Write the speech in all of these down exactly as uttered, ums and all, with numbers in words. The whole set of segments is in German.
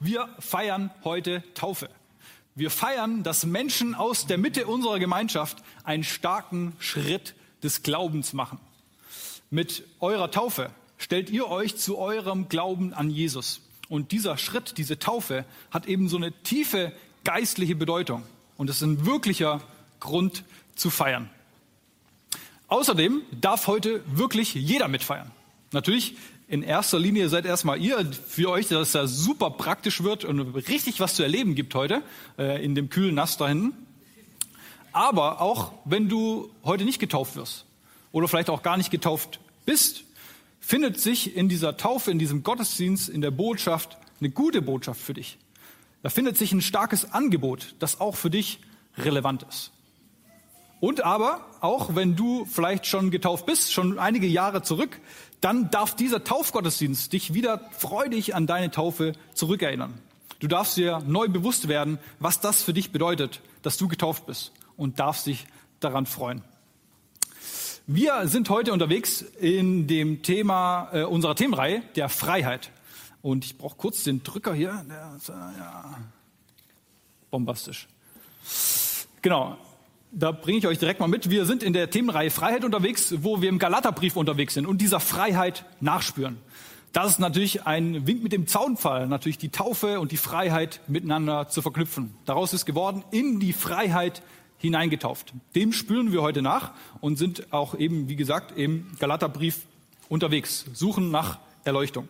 Wir feiern heute Taufe. Wir feiern, dass Menschen aus der Mitte unserer Gemeinschaft einen starken Schritt des Glaubens machen. Mit eurer Taufe stellt ihr euch zu eurem Glauben an Jesus. Und dieser Schritt, diese Taufe, hat eben so eine tiefe geistliche Bedeutung. Und es ist ein wirklicher Grund zu feiern. Außerdem darf heute wirklich jeder mitfeiern. Natürlich in erster Linie seid erstmal ihr, für euch, dass es da super praktisch wird und richtig was zu erleben gibt heute äh, in dem kühlen Nass da hinten. Aber auch wenn du heute nicht getauft wirst oder vielleicht auch gar nicht getauft bist, findet sich in dieser Taufe, in diesem Gottesdienst, in der Botschaft eine gute Botschaft für dich. Da findet sich ein starkes Angebot, das auch für dich relevant ist. Und aber, auch wenn du vielleicht schon getauft bist, schon einige Jahre zurück, dann darf dieser Taufgottesdienst dich wieder freudig an deine Taufe zurückerinnern. Du darfst dir neu bewusst werden, was das für dich bedeutet, dass du getauft bist und darfst dich daran freuen. Wir sind heute unterwegs in dem Thema äh, unserer Themenreihe, der Freiheit. Und ich brauche kurz den Drücker hier. Der ist, äh, ja, bombastisch. Genau. Da bringe ich euch direkt mal mit. Wir sind in der Themenreihe Freiheit unterwegs, wo wir im Galaterbrief unterwegs sind und dieser Freiheit nachspüren. Das ist natürlich ein Wink mit dem Zaunpfahl, natürlich die Taufe und die Freiheit miteinander zu verknüpfen. Daraus ist geworden, in die Freiheit hineingetauft. Dem spüren wir heute nach und sind auch eben, wie gesagt, im Galaterbrief unterwegs, suchen nach Erleuchtung.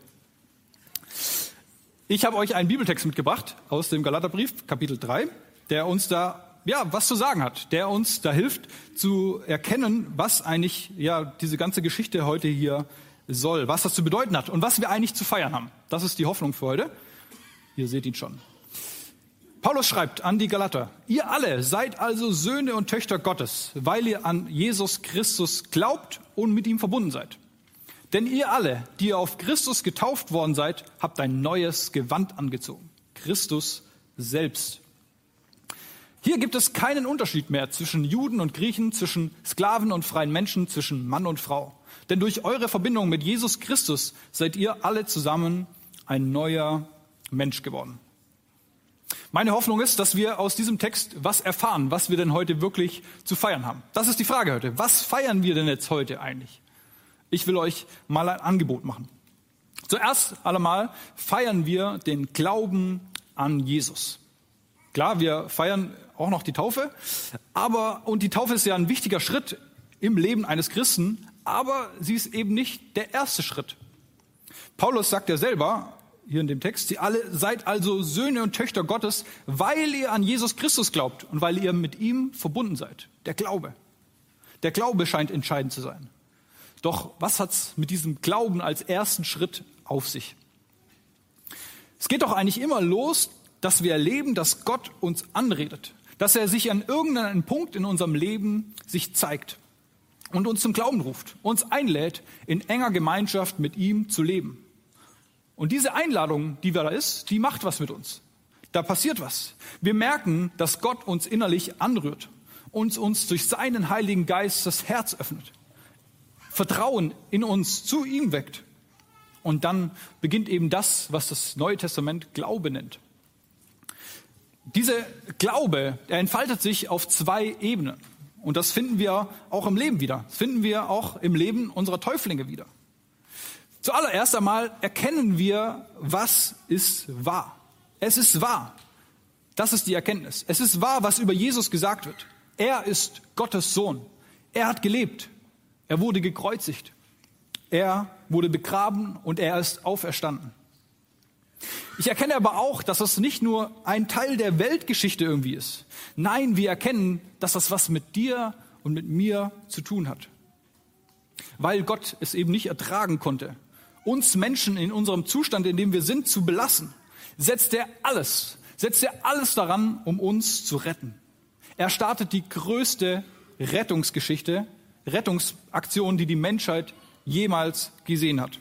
Ich habe euch einen Bibeltext mitgebracht aus dem Galaterbrief, Kapitel drei, der uns da ja, was zu sagen hat, der uns da hilft zu erkennen, was eigentlich ja diese ganze Geschichte heute hier soll, was das zu bedeuten hat und was wir eigentlich zu feiern haben. Das ist die Hoffnung für heute. Ihr seht ihn schon. Paulus schreibt an die Galater: Ihr alle seid also Söhne und Töchter Gottes, weil ihr an Jesus Christus glaubt und mit ihm verbunden seid. Denn ihr alle, die ihr auf Christus getauft worden seid, habt ein neues Gewand angezogen. Christus selbst. Hier gibt es keinen Unterschied mehr zwischen Juden und Griechen, zwischen Sklaven und freien Menschen, zwischen Mann und Frau. Denn durch eure Verbindung mit Jesus Christus seid ihr alle zusammen ein neuer Mensch geworden. Meine Hoffnung ist, dass wir aus diesem Text was erfahren, was wir denn heute wirklich zu feiern haben. Das ist die Frage heute. Was feiern wir denn jetzt heute eigentlich? Ich will euch mal ein Angebot machen. Zuerst allemal feiern wir den Glauben an Jesus. Klar, wir feiern auch noch die Taufe, aber und die Taufe ist ja ein wichtiger Schritt im Leben eines Christen, aber sie ist eben nicht der erste Schritt. Paulus sagt ja selber hier in dem Text: Sie alle seid also Söhne und Töchter Gottes, weil ihr an Jesus Christus glaubt und weil ihr mit ihm verbunden seid. Der Glaube. Der Glaube scheint entscheidend zu sein. Doch was hat's mit diesem Glauben als ersten Schritt auf sich? Es geht doch eigentlich immer los, dass wir erleben, dass Gott uns anredet, dass er sich an irgendeinem Punkt in unserem Leben sich zeigt und uns zum Glauben ruft, uns einlädt, in enger Gemeinschaft mit ihm zu leben. Und diese Einladung, die da ist, die macht was mit uns. Da passiert was. Wir merken, dass Gott uns innerlich anrührt und uns durch seinen Heiligen Geist das Herz öffnet, Vertrauen in uns zu ihm weckt. Und dann beginnt eben das, was das Neue Testament Glaube nennt. Dieser Glaube, er entfaltet sich auf zwei Ebenen. Und das finden wir auch im Leben wieder. Das finden wir auch im Leben unserer Täuflinge wieder. Zuallererst einmal erkennen wir, was ist wahr. Es ist wahr. Das ist die Erkenntnis. Es ist wahr, was über Jesus gesagt wird. Er ist Gottes Sohn. Er hat gelebt. Er wurde gekreuzigt. Er wurde begraben und er ist auferstanden. Ich erkenne aber auch, dass das nicht nur ein Teil der Weltgeschichte irgendwie ist. Nein, wir erkennen, dass das was mit dir und mit mir zu tun hat. Weil Gott es eben nicht ertragen konnte, uns Menschen in unserem Zustand, in dem wir sind, zu belassen, setzt er alles, setzt er alles daran, um uns zu retten. Er startet die größte Rettungsgeschichte, Rettungsaktion, die die Menschheit jemals gesehen hat.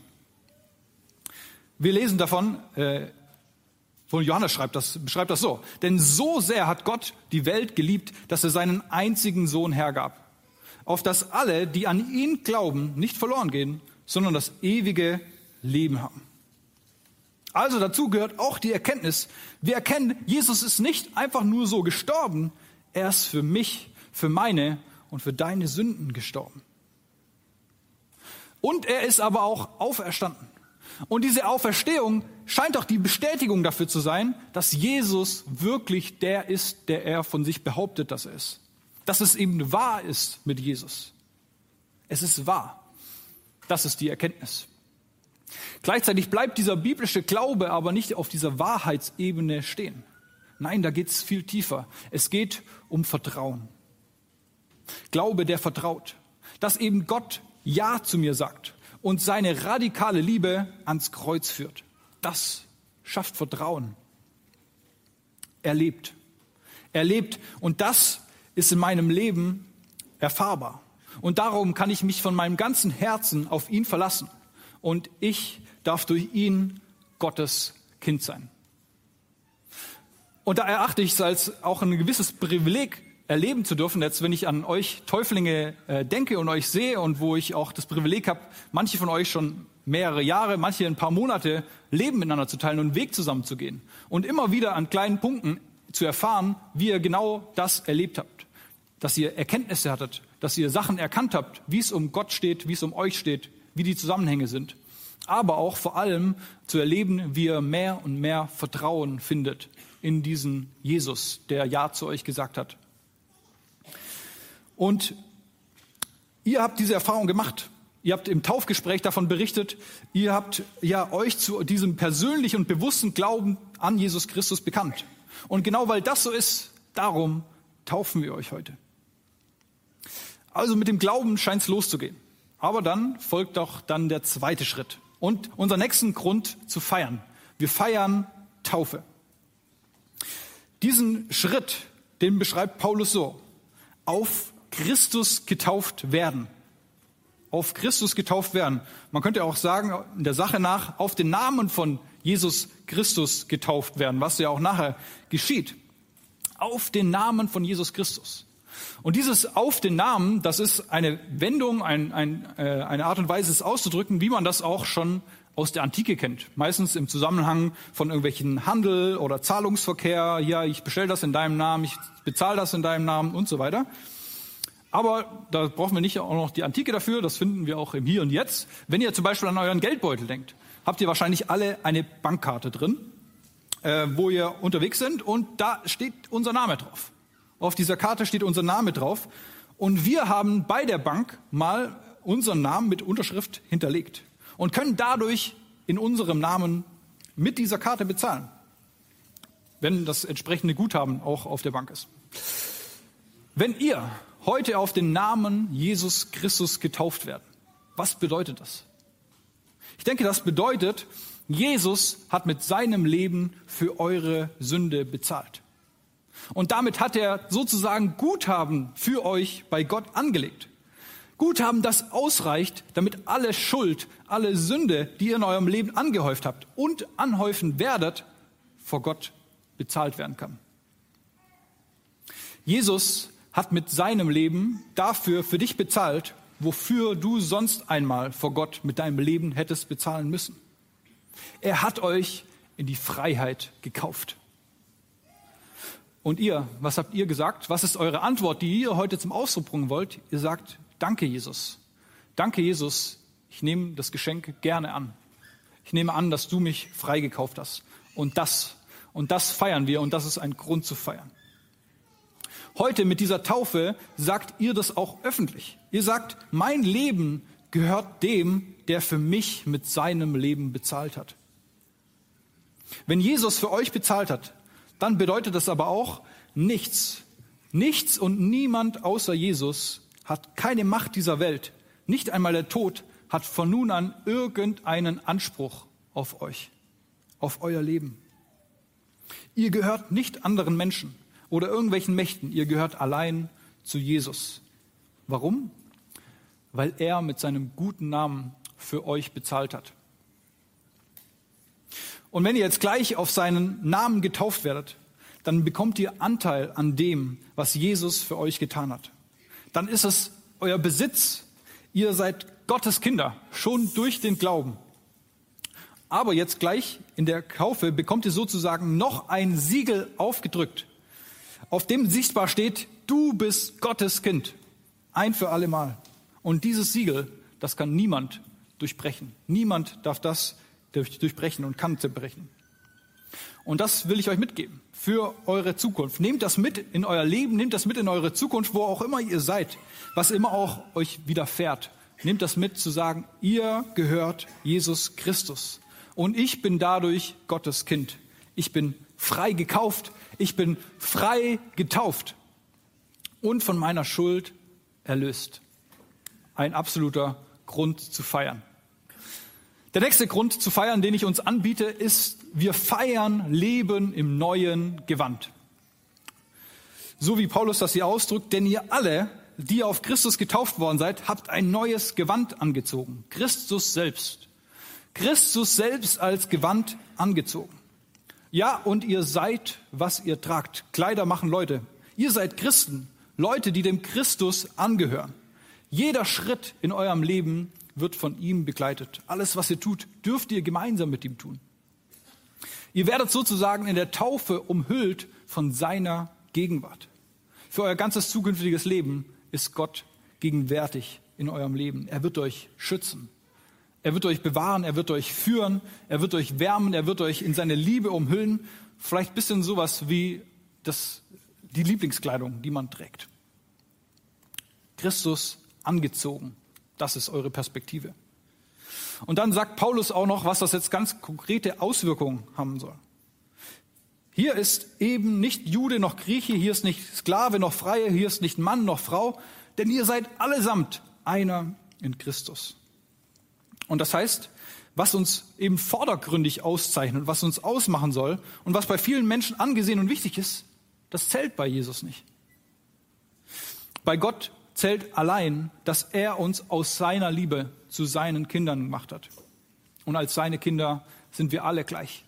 Wir lesen davon, äh, von Johannes schreibt das, beschreibt das so: Denn so sehr hat Gott die Welt geliebt, dass er seinen einzigen Sohn hergab, auf dass alle, die an ihn glauben, nicht verloren gehen, sondern das ewige Leben haben. Also dazu gehört auch die Erkenntnis, wir erkennen, Jesus ist nicht einfach nur so gestorben, er ist für mich, für meine und für deine Sünden gestorben. Und er ist aber auch auferstanden. Und diese Auferstehung scheint auch die Bestätigung dafür zu sein, dass Jesus wirklich der ist, der er von sich behauptet, dass er ist. Dass es eben wahr ist mit Jesus. Es ist wahr. Das ist die Erkenntnis. Gleichzeitig bleibt dieser biblische Glaube aber nicht auf dieser Wahrheitsebene stehen. Nein, da geht es viel tiefer. Es geht um Vertrauen. Glaube, der vertraut. Dass eben Gott Ja zu mir sagt und seine radikale Liebe ans Kreuz führt. Das schafft Vertrauen. Er lebt. Er lebt und das ist in meinem Leben erfahrbar. Und darum kann ich mich von meinem ganzen Herzen auf ihn verlassen. Und ich darf durch ihn Gottes Kind sein. Und da erachte ich es als auch ein gewisses Privileg, erleben zu dürfen, jetzt wenn ich an euch Täuflinge äh, denke und euch sehe und wo ich auch das Privileg habe, manche von euch schon mehrere Jahre, manche ein paar Monate Leben miteinander zu teilen und einen Weg zusammen zu gehen. Und immer wieder an kleinen Punkten zu erfahren, wie ihr genau das erlebt habt. Dass ihr Erkenntnisse hattet, dass ihr Sachen erkannt habt, wie es um Gott steht, wie es um euch steht, wie die Zusammenhänge sind. Aber auch vor allem zu erleben, wie ihr mehr und mehr Vertrauen findet in diesen Jesus, der Ja zu euch gesagt hat. Und ihr habt diese Erfahrung gemacht. Ihr habt im Taufgespräch davon berichtet. Ihr habt ja euch zu diesem persönlichen und bewussten Glauben an Jesus Christus bekannt. Und genau weil das so ist, darum taufen wir euch heute. Also mit dem Glauben scheint es loszugehen. Aber dann folgt auch dann der zweite Schritt. Und unseren nächsten Grund zu feiern. Wir feiern Taufe. Diesen Schritt, den beschreibt Paulus so. Auf Christus getauft werden. Auf Christus getauft werden. Man könnte auch sagen, in der Sache nach, auf den Namen von Jesus Christus getauft werden, was ja auch nachher geschieht. Auf den Namen von Jesus Christus. Und dieses auf den Namen, das ist eine Wendung, ein, ein, äh, eine Art und Weise, es auszudrücken, wie man das auch schon aus der Antike kennt. Meistens im Zusammenhang von irgendwelchen Handel oder Zahlungsverkehr. Ja, ich bestelle das in deinem Namen, ich bezahle das in deinem Namen und so weiter. Aber da brauchen wir nicht auch noch die Antike dafür, das finden wir auch im Hier und Jetzt. Wenn ihr zum Beispiel an euren Geldbeutel denkt, habt ihr wahrscheinlich alle eine Bankkarte drin, äh, wo ihr unterwegs sind und da steht unser Name drauf. Auf dieser Karte steht unser Name drauf und wir haben bei der Bank mal unseren Namen mit Unterschrift hinterlegt und können dadurch in unserem Namen mit dieser Karte bezahlen, wenn das entsprechende Guthaben auch auf der Bank ist. Wenn ihr heute auf den Namen Jesus Christus getauft werdet, was bedeutet das? Ich denke, das bedeutet, Jesus hat mit seinem Leben für eure Sünde bezahlt. Und damit hat er sozusagen Guthaben für euch bei Gott angelegt. Guthaben, das ausreicht, damit alle Schuld, alle Sünde, die ihr in eurem Leben angehäuft habt und anhäufen werdet, vor Gott bezahlt werden kann. Jesus hat mit seinem Leben dafür für dich bezahlt, wofür du sonst einmal vor Gott mit deinem Leben hättest bezahlen müssen. Er hat euch in die Freiheit gekauft. Und ihr, was habt ihr gesagt? Was ist eure Antwort, die ihr heute zum Ausdruck bringen wollt? Ihr sagt, danke Jesus. Danke Jesus, ich nehme das Geschenk gerne an. Ich nehme an, dass du mich freigekauft hast. Und das, und das feiern wir und das ist ein Grund zu feiern. Heute mit dieser Taufe sagt ihr das auch öffentlich. Ihr sagt, mein Leben gehört dem, der für mich mit seinem Leben bezahlt hat. Wenn Jesus für euch bezahlt hat, dann bedeutet das aber auch nichts. Nichts und niemand außer Jesus hat keine Macht dieser Welt. Nicht einmal der Tod hat von nun an irgendeinen Anspruch auf euch, auf euer Leben. Ihr gehört nicht anderen Menschen oder irgendwelchen Mächten. Ihr gehört allein zu Jesus. Warum? Weil er mit seinem guten Namen für euch bezahlt hat. Und wenn ihr jetzt gleich auf seinen Namen getauft werdet, dann bekommt ihr Anteil an dem, was Jesus für euch getan hat. Dann ist es euer Besitz. Ihr seid Gottes Kinder, schon durch den Glauben. Aber jetzt gleich in der Taufe bekommt ihr sozusagen noch ein Siegel aufgedrückt, auf dem sichtbar steht, du bist Gottes Kind. Ein für alle Mal. Und dieses Siegel, das kann niemand durchbrechen. Niemand darf das durchbrechen und kann zerbrechen. Und das will ich euch mitgeben für eure Zukunft. Nehmt das mit in euer Leben, nehmt das mit in eure Zukunft, wo auch immer ihr seid, was immer auch euch widerfährt. Nehmt das mit, zu sagen, ihr gehört Jesus Christus. Und ich bin dadurch Gottes Kind. Ich bin frei gekauft, ich bin frei getauft und von meiner Schuld erlöst. Ein absoluter Grund zu feiern. Der nächste Grund zu feiern, den ich uns anbiete, ist, wir feiern Leben im neuen Gewand. So wie Paulus das hier ausdrückt, denn ihr alle, die auf Christus getauft worden seid, habt ein neues Gewand angezogen. Christus selbst. Christus selbst als Gewand angezogen. Ja, und ihr seid, was ihr tragt. Kleider machen Leute. Ihr seid Christen, Leute, die dem Christus angehören. Jeder Schritt in eurem Leben wird von ihm begleitet. Alles, was ihr tut, dürft ihr gemeinsam mit ihm tun. Ihr werdet sozusagen in der Taufe umhüllt von seiner Gegenwart. Für euer ganzes zukünftiges Leben ist Gott gegenwärtig in eurem Leben. Er wird euch schützen. Er wird euch bewahren, er wird euch führen, er wird euch wärmen, er wird euch in seine Liebe umhüllen. Vielleicht ein bisschen sowas wie das, die Lieblingskleidung, die man trägt. Christus angezogen, das ist eure Perspektive. Und dann sagt Paulus auch noch, was das jetzt ganz konkrete Auswirkungen haben soll. Hier ist eben nicht Jude noch Grieche, hier ist nicht Sklave noch Freie, hier ist nicht Mann noch Frau, denn ihr seid allesamt einer in Christus. Und das heißt, was uns eben vordergründig auszeichnet, was uns ausmachen soll und was bei vielen Menschen angesehen und wichtig ist, das zählt bei Jesus nicht. Bei Gott zählt allein, dass er uns aus seiner Liebe zu seinen Kindern gemacht hat. Und als seine Kinder sind wir alle gleich.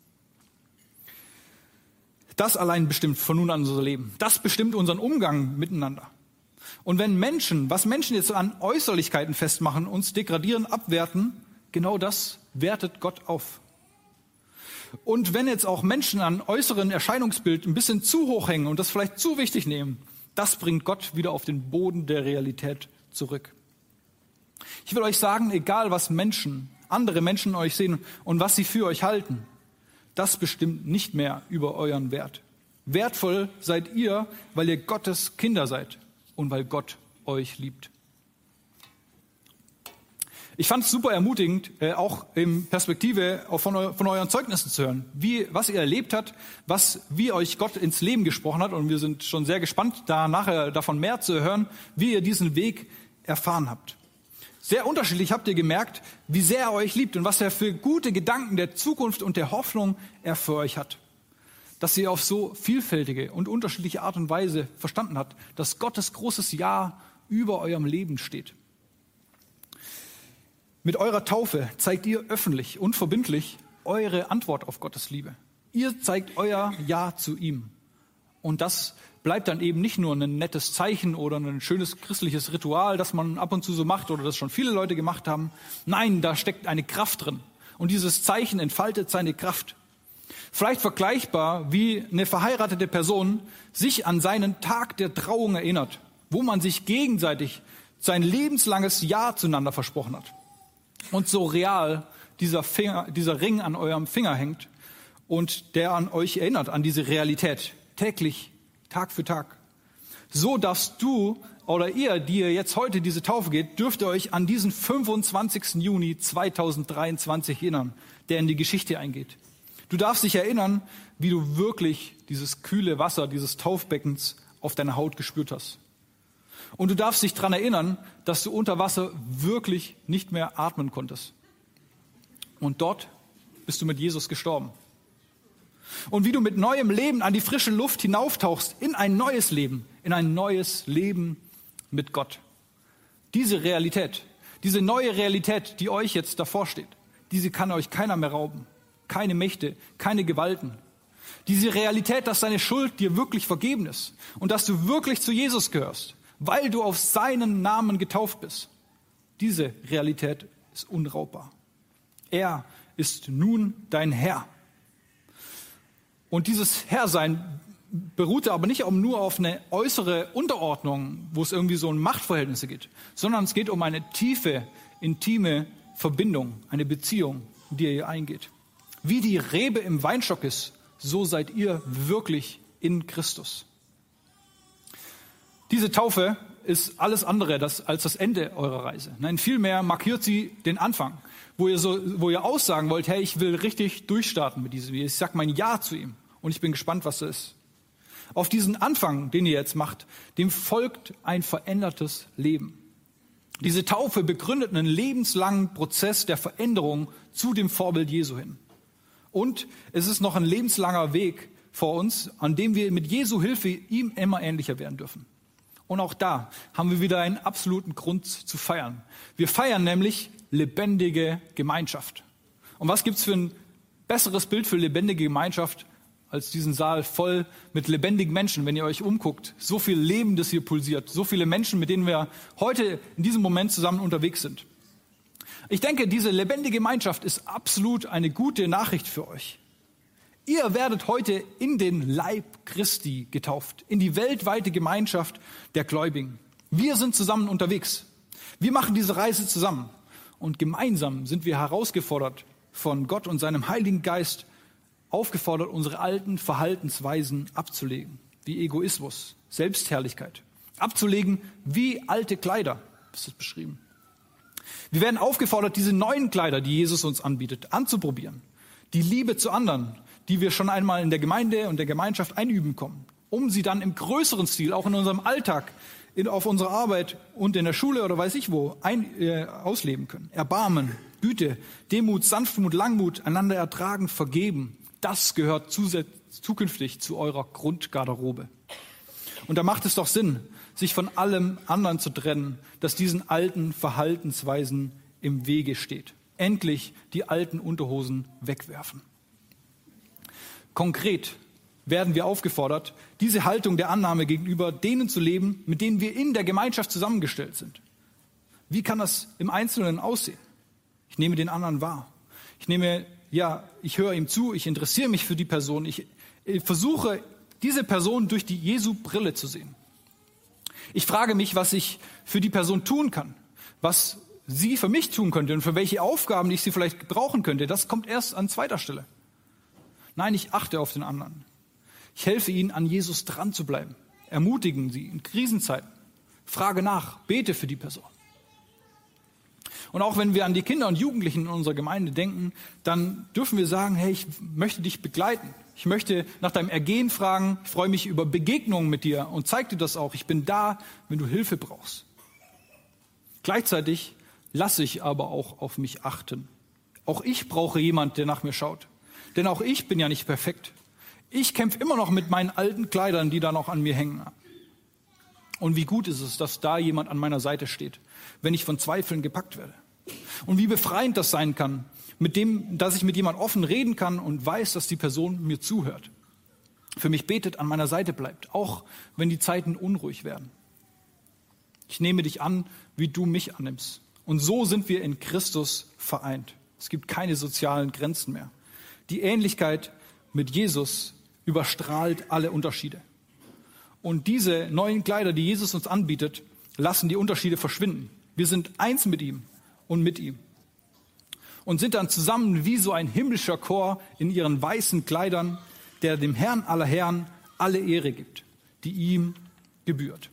Das allein bestimmt von nun an unser Leben. Das bestimmt unseren Umgang miteinander. Und wenn Menschen, was Menschen jetzt an Äußerlichkeiten festmachen, uns degradieren, abwerten, genau das wertet Gott auf. Und wenn jetzt auch Menschen an äußeren Erscheinungsbild ein bisschen zu hoch hängen und das vielleicht zu wichtig nehmen, das bringt Gott wieder auf den Boden der Realität zurück. Ich will euch sagen, egal was Menschen, andere Menschen euch sehen und was sie für euch halten, das bestimmt nicht mehr über euren Wert. Wertvoll seid ihr, weil ihr Gottes Kinder seid und weil Gott euch liebt. Ich fand es super ermutigend, äh, auch in Perspektive auch von, eu- von euren Zeugnissen zu hören, wie, was ihr erlebt habt, was, wie euch Gott ins Leben gesprochen hat. Und wir sind schon sehr gespannt, da nachher davon mehr zu hören, wie ihr diesen Weg erfahren habt. Sehr unterschiedlich habt ihr gemerkt, wie sehr er euch liebt und was er für gute Gedanken der Zukunft und der Hoffnung er für euch hat. Dass ihr auf so vielfältige und unterschiedliche Art und Weise verstanden habt, dass Gottes großes Ja über eurem Leben steht. Mit eurer Taufe zeigt ihr öffentlich und verbindlich eure Antwort auf Gottes Liebe. Ihr zeigt euer Ja zu ihm. Und das bleibt dann eben nicht nur ein nettes Zeichen oder ein schönes christliches Ritual, das man ab und zu so macht oder das schon viele Leute gemacht haben. Nein, da steckt eine Kraft drin. Und dieses Zeichen entfaltet seine Kraft. Vielleicht vergleichbar, wie eine verheiratete Person sich an seinen Tag der Trauung erinnert, wo man sich gegenseitig sein lebenslanges Ja zueinander versprochen hat. Und so real dieser, Finger, dieser Ring an eurem Finger hängt und der an euch erinnert, an diese Realität, täglich, Tag für Tag. So darfst du oder ihr, die ihr jetzt heute diese Taufe geht, dürft ihr euch an diesen fünfundzwanzigsten Juni zweitausenddreiundzwanzig erinnern, der in die Geschichte eingeht. Du darfst dich erinnern, wie du wirklich dieses kühle Wasser dieses Taufbeckens auf deiner Haut gespürt hast. Und du darfst dich daran erinnern, dass du unter Wasser wirklich nicht mehr atmen konntest. Und dort bist du mit Jesus gestorben. Und wie du mit neuem Leben an die frische Luft hinauftauchst in ein neues Leben, in ein neues Leben mit Gott. Diese Realität, diese neue Realität, die euch jetzt davor steht, diese kann euch keiner mehr rauben. Keine Mächte, keine Gewalten. Diese Realität, dass deine Schuld dir wirklich vergeben ist und dass du wirklich zu Jesus gehörst, weil du auf seinen Namen getauft bist. Diese Realität ist unraubbar. Er ist nun dein Herr. Und dieses Herrsein beruhte aber nicht nur auf eine äußere Unterordnung, wo es irgendwie so um Machtverhältnisse geht, sondern es geht um eine tiefe, intime Verbindung, eine Beziehung, die ihr eingeht. Wie die Rebe im Weinstock ist, so seid ihr wirklich in Christus. Diese Taufe ist alles andere das, als das Ende eurer Reise. Nein, vielmehr markiert sie den Anfang, wo ihr, so, wo ihr aussagen wollt, hey, ich will richtig durchstarten mit diesem. Ich sage mein Ja zu ihm und ich bin gespannt, was das ist. Auf diesen Anfang, den ihr jetzt macht, dem folgt ein verändertes Leben. Diese Taufe begründet einen lebenslangen Prozess der Veränderung zu dem Vorbild Jesu hin. Und es ist noch ein lebenslanger Weg vor uns, an dem wir mit Jesu Hilfe ihm immer ähnlicher werden dürfen. Und auch da haben wir wieder einen absoluten Grund zu feiern. Wir feiern nämlich lebendige Gemeinschaft. Und was gibt's für ein besseres Bild für lebendige Gemeinschaft als diesen Saal voll mit lebendigen Menschen, wenn ihr euch umguckt. So viel Leben, das hier pulsiert. So viele Menschen, mit denen wir heute in diesem Moment zusammen unterwegs sind. Ich denke, diese lebendige Gemeinschaft ist absolut eine gute Nachricht für euch. Ihr werdet heute in den Leib Christi getauft, in die weltweite Gemeinschaft der Gläubigen. Wir sind zusammen unterwegs. Wir machen diese Reise zusammen. Und gemeinsam sind wir herausgefordert von Gott und seinem Heiligen Geist, aufgefordert, unsere alten Verhaltensweisen abzulegen, wie Egoismus, Selbstherrlichkeit, abzulegen wie alte Kleider, ist das beschrieben. Wir werden aufgefordert, diese neuen Kleider, die Jesus uns anbietet, anzuprobieren. Die Liebe zu anderen, die wir schon einmal in der Gemeinde und der Gemeinschaft einüben kommen, um sie dann im größeren Stil, auch in unserem Alltag, in, auf unserer Arbeit und in der Schule oder weiß ich wo, ein, äh, ausleben können. Erbarmen, Güte, Demut, Sanftmut, Langmut, einander ertragen, vergeben. Das gehört zukünftig zu eurer Grundgarderobe. Und da macht es doch Sinn, sich von allem anderen zu trennen, das diesen alten Verhaltensweisen im Wege steht. Endlich die alten Unterhosen wegwerfen. Konkret werden wir aufgefordert, diese Haltung der Annahme gegenüber denen zu leben, mit denen wir in der Gemeinschaft zusammengestellt sind. Wie kann das im Einzelnen aussehen? Ich nehme den anderen wahr. Ich nehme Ja, ich höre ihm zu, ich interessiere mich für die Person, ich, ich versuche, diese Person durch die Jesu-Brille zu sehen. Ich frage mich, was ich für die Person tun kann, was sie für mich tun könnte und für welche Aufgaben ich sie vielleicht gebrauchen könnte. Das kommt erst an zweiter Stelle. Nein, ich achte auf den anderen. Ich helfe ihnen, an Jesus dran zu bleiben. Ermutigen sie in Krisenzeiten. Frage nach, bete für die Person. Und auch wenn wir an die Kinder und Jugendlichen in unserer Gemeinde denken, dann dürfen wir sagen, hey, ich möchte dich begleiten. Ich möchte nach deinem Ergehen fragen. Ich freue mich über Begegnungen mit dir und zeig dir das auch. Ich bin da, wenn du Hilfe brauchst. Gleichzeitig lasse ich aber auch auf mich achten. Auch ich brauche jemand, der nach mir schaut. Denn auch ich bin ja nicht perfekt. Ich kämpfe immer noch mit meinen alten Kleidern, die da noch an mir hängen. Und wie gut ist es, dass da jemand an meiner Seite steht, wenn ich von Zweifeln gepackt werde. Und wie befreiend das sein kann, mit dem, dass ich mit jemand offen reden kann und weiß, dass die Person mir zuhört. Für mich betet, an meiner Seite bleibt, auch wenn die Zeiten unruhig werden. Ich nehme dich an, wie du mich annimmst. Und so sind wir in Christus vereint. Es gibt keine sozialen Grenzen mehr. Die Ähnlichkeit mit Jesus überstrahlt alle Unterschiede. Und diese neuen Kleider, die Jesus uns anbietet, lassen die Unterschiede verschwinden. Wir sind eins mit ihm und mit ihm. Und sind dann zusammen wie so ein himmlischer Chor in ihren weißen Kleidern, der dem Herrn aller Herren alle Ehre gibt, die ihm gebührt.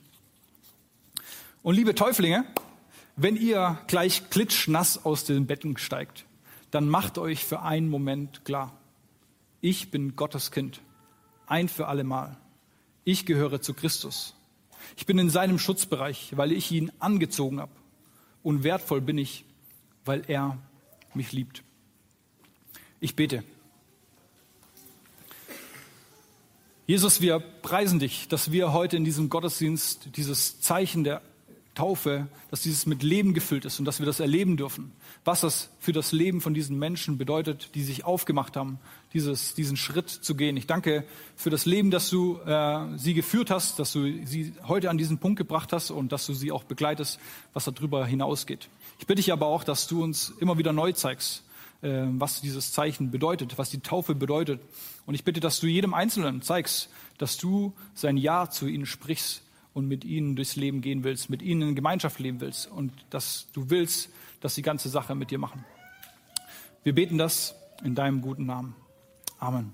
Und liebe Täuflinge, wenn ihr gleich klitschnass aus den Betten steigt, dann macht euch für einen Moment klar, ich bin Gottes Kind, ein für alle Mal. Ich gehöre zu Christus. Ich bin in seinem Schutzbereich, weil ich ihn angezogen habe. Und wertvoll bin ich, weil er mich liebt. Ich bete. Jesus, wir preisen dich, dass wir heute in diesem Gottesdienst dieses Zeichen der Taufe, dass dieses mit Leben gefüllt ist und dass wir das erleben dürfen, was das für das Leben von diesen Menschen bedeutet, die sich aufgemacht haben, dieses, diesen Schritt zu gehen. Ich danke für das Leben, dass du äh, sie geführt hast, dass du sie heute an diesen Punkt gebracht hast und dass du sie auch begleitest, was darüber hinausgeht. Ich bitte dich aber auch, dass du uns immer wieder neu zeigst, äh, was dieses Zeichen bedeutet, was die Taufe bedeutet. Und ich bitte, dass du jedem Einzelnen zeigst, dass du sein Ja zu ihnen sprichst und mit ihnen durchs Leben gehen willst, mit ihnen in Gemeinschaft leben willst und dass du willst, dass die ganze Sache mit dir machen. Wir beten das in deinem guten Namen. Amen.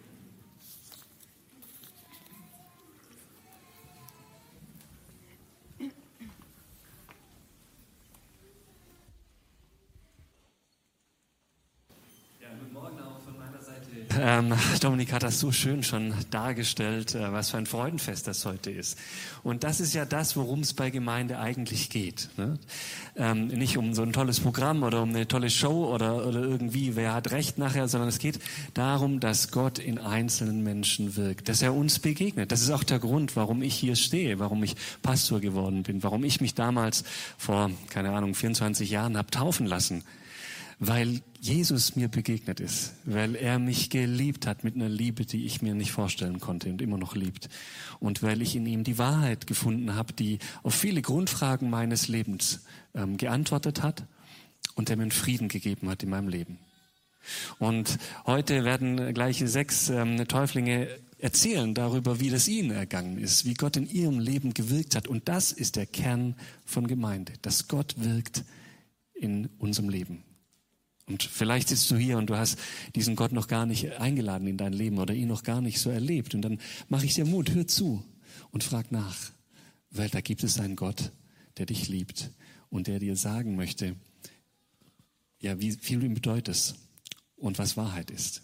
Ähm, Dominik hat das so schön schon dargestellt, äh, was für ein Freudenfest das heute ist. Und das ist ja das, worum es bei Gemeinde eigentlich geht. Ne? Ähm, nicht um so ein tolles Programm oder um eine tolle Show oder, oder irgendwie, wer hat recht nachher, sondern es geht darum, dass Gott in einzelnen Menschen wirkt, dass er uns begegnet. Das ist auch der Grund, warum ich hier stehe, warum ich Pastor geworden bin, warum ich mich damals vor, keine Ahnung, vierundzwanzig Jahren habe taufen lassen. Weil Jesus mir begegnet ist, weil er mich geliebt hat mit einer Liebe, die ich mir nicht vorstellen konnte und immer noch liebt. Und weil ich in ihm die Wahrheit gefunden habe, die auf viele Grundfragen meines Lebens ähm, geantwortet hat und der mir einen Frieden gegeben hat in meinem Leben. Und heute werden gleich sechs ähm, Täuflinge erzählen darüber, wie das ihnen ergangen ist, wie Gott in ihrem Leben gewirkt hat. Und das ist der Kern von Gemeinde, dass Gott wirkt in unserem Leben. Und vielleicht sitzt du hier und du hast diesen Gott noch gar nicht eingeladen in dein Leben oder ihn noch gar nicht so erlebt. Und dann mache ich dir Mut, hör zu und frag nach, weil da gibt es einen Gott, der dich liebt und der dir sagen möchte, ja, wie viel ihm bedeutet es und was Wahrheit ist.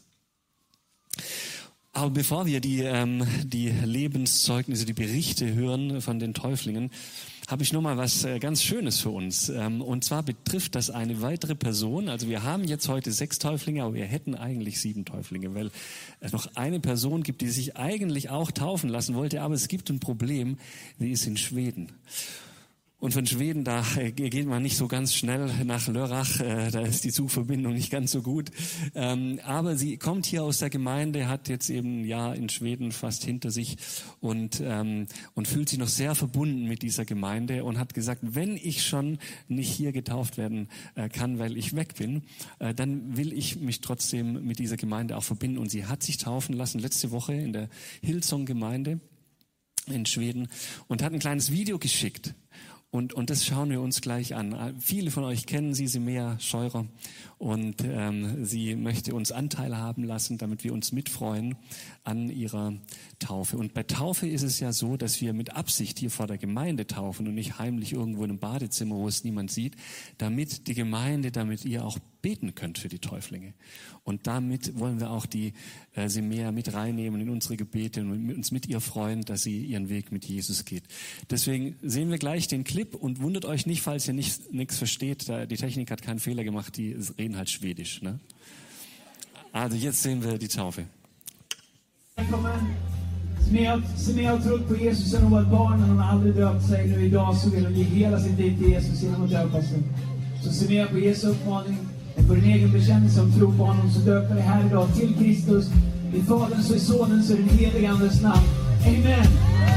Aber bevor wir die, ähm, die Lebenszeugnisse, die Berichte hören von den Täuflingen, habe ich noch mal was äh, ganz Schönes für uns. Ähm, und zwar betrifft das eine weitere Person. Also wir haben jetzt heute sechs Täuflinge, aber wir hätten eigentlich sieben Täuflinge, weil es noch eine Person gibt, die sich eigentlich auch taufen lassen wollte. Aber es gibt ein Problem, die ist in Schweden. Und von Schweden, da geht man nicht so ganz schnell nach Lörrach, da ist die Zugverbindung nicht ganz so gut. Aber sie kommt hier aus der Gemeinde, hat jetzt eben ein Jahr in Schweden fast hinter sich und, und fühlt sich noch sehr verbunden mit dieser Gemeinde und hat gesagt, wenn ich schon nicht hier getauft werden kann, weil ich weg bin, dann will ich mich trotzdem mit dieser Gemeinde auch verbinden. Und sie hat sich taufen lassen letzte Woche in der Hillsong-Gemeinde in Schweden und hat ein kleines Video geschickt. Und, und das schauen wir uns gleich an. Viele von euch kennen sie, Semea Scheurer. Und ähm, sie möchte uns Anteil haben lassen, damit wir uns mitfreuen an ihrer Taufe. Und bei Taufe ist es ja so, dass wir mit Absicht hier vor der Gemeinde taufen und nicht heimlich irgendwo in einem Badezimmer, wo es niemand sieht, damit die Gemeinde, damit ihr auch beten könnt für die Täuflinge. Und damit wollen wir auch die äh, Semea mit reinnehmen in unsere Gebete und uns mit ihr freuen, dass sie ihren Weg mit Jesus geht. Deswegen sehen wir gleich den Clip und wundert euch nicht, falls ihr nicht, nichts versteht. Da, die Technik hat keinen Fehler gemacht, die reden halt Schwedisch. Ne? Also jetzt sehen wir die Taufe. Semea har trott på Jesus sedan hon var ett barn, men hon har aldrig döpt sig. Nu idag så vill hon ge hela sitt liv till Jesus genom att döpa sig. Så Semea, på Jesu uppmaning, på din egen bekännelse om tro på honom, så döper dig här idag till Kristus, i Faderns och i Sonens och i den helige Andes namn. Amen!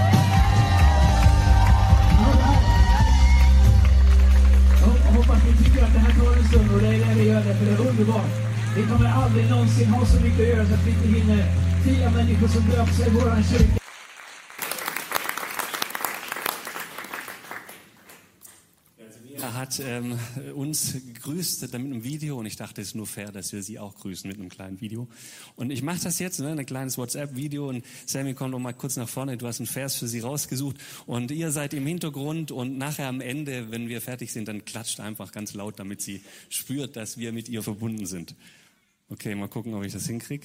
Jag hoppas ni tycker att det här tar en stund, och det är det vi gör det, för det är underbart. Vi kommer aldrig någonsin ha så mycket att göra så att vi inte hinner fira människor som döpt sig i våran kyrka. Er hat ähm, uns gegrüßt mit einem Video und ich dachte, es ist nur fair, dass wir sie auch grüßen mit einem kleinen Video. Und ich mache das jetzt, ne, ein kleines WhatsApp-Video und Sammy kommt noch mal kurz nach vorne, du hast einen Vers für sie rausgesucht und ihr seid im Hintergrund und nachher am Ende, wenn wir fertig sind, dann klatscht einfach ganz laut, damit sie spürt, dass wir mit ihr verbunden sind. Okay, mal gucken, ob ich das hinkriege.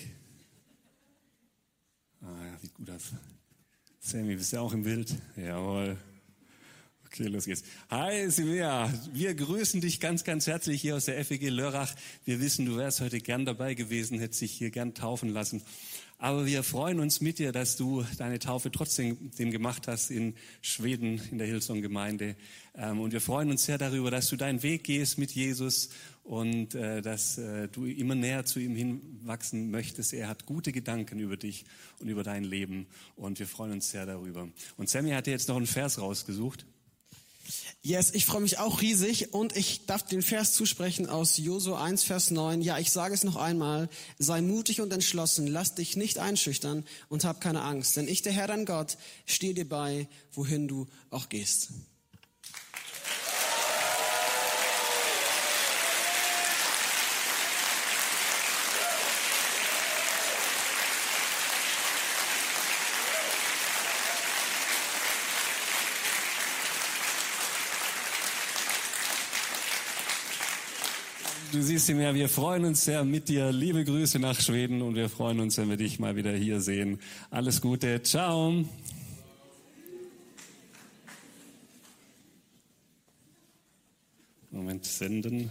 Ah ja, sieht gut aus. Sammy, bist du auch im Bild? Jawohl. Okay, los geht's. Hi, Semea. Wir grüßen dich ganz, ganz herzlich hier aus der F E G Lörrach. Wir wissen, du wärst heute gern dabei gewesen, hättest dich hier gern taufen lassen. Aber wir freuen uns mit dir, dass du deine Taufe trotzdem gemacht hast in Schweden, in der Hillsong-Gemeinde. Und wir freuen uns sehr darüber, dass du deinen Weg gehst mit Jesus und dass du immer näher zu ihm hinwachsen möchtest. Er hat gute Gedanken über dich und über dein Leben und wir freuen uns sehr darüber. Und Sammy hat dir jetzt noch einen Vers rausgesucht. Yes, ich freue mich auch riesig und ich darf den Vers zusprechen aus Josua eins, Vers neun. Ja, ich sage es noch einmal, sei mutig und entschlossen, lass dich nicht einschüchtern und hab keine Angst, denn ich, der Herr, dein Gott, stehe dir bei, wohin du auch gehst. Du siehst ihn ja, wir freuen uns sehr mit dir. Liebe Grüße nach Schweden und wir freuen uns, wenn wir dich mal wieder hier sehen. Alles Gute, ciao. Moment, senden.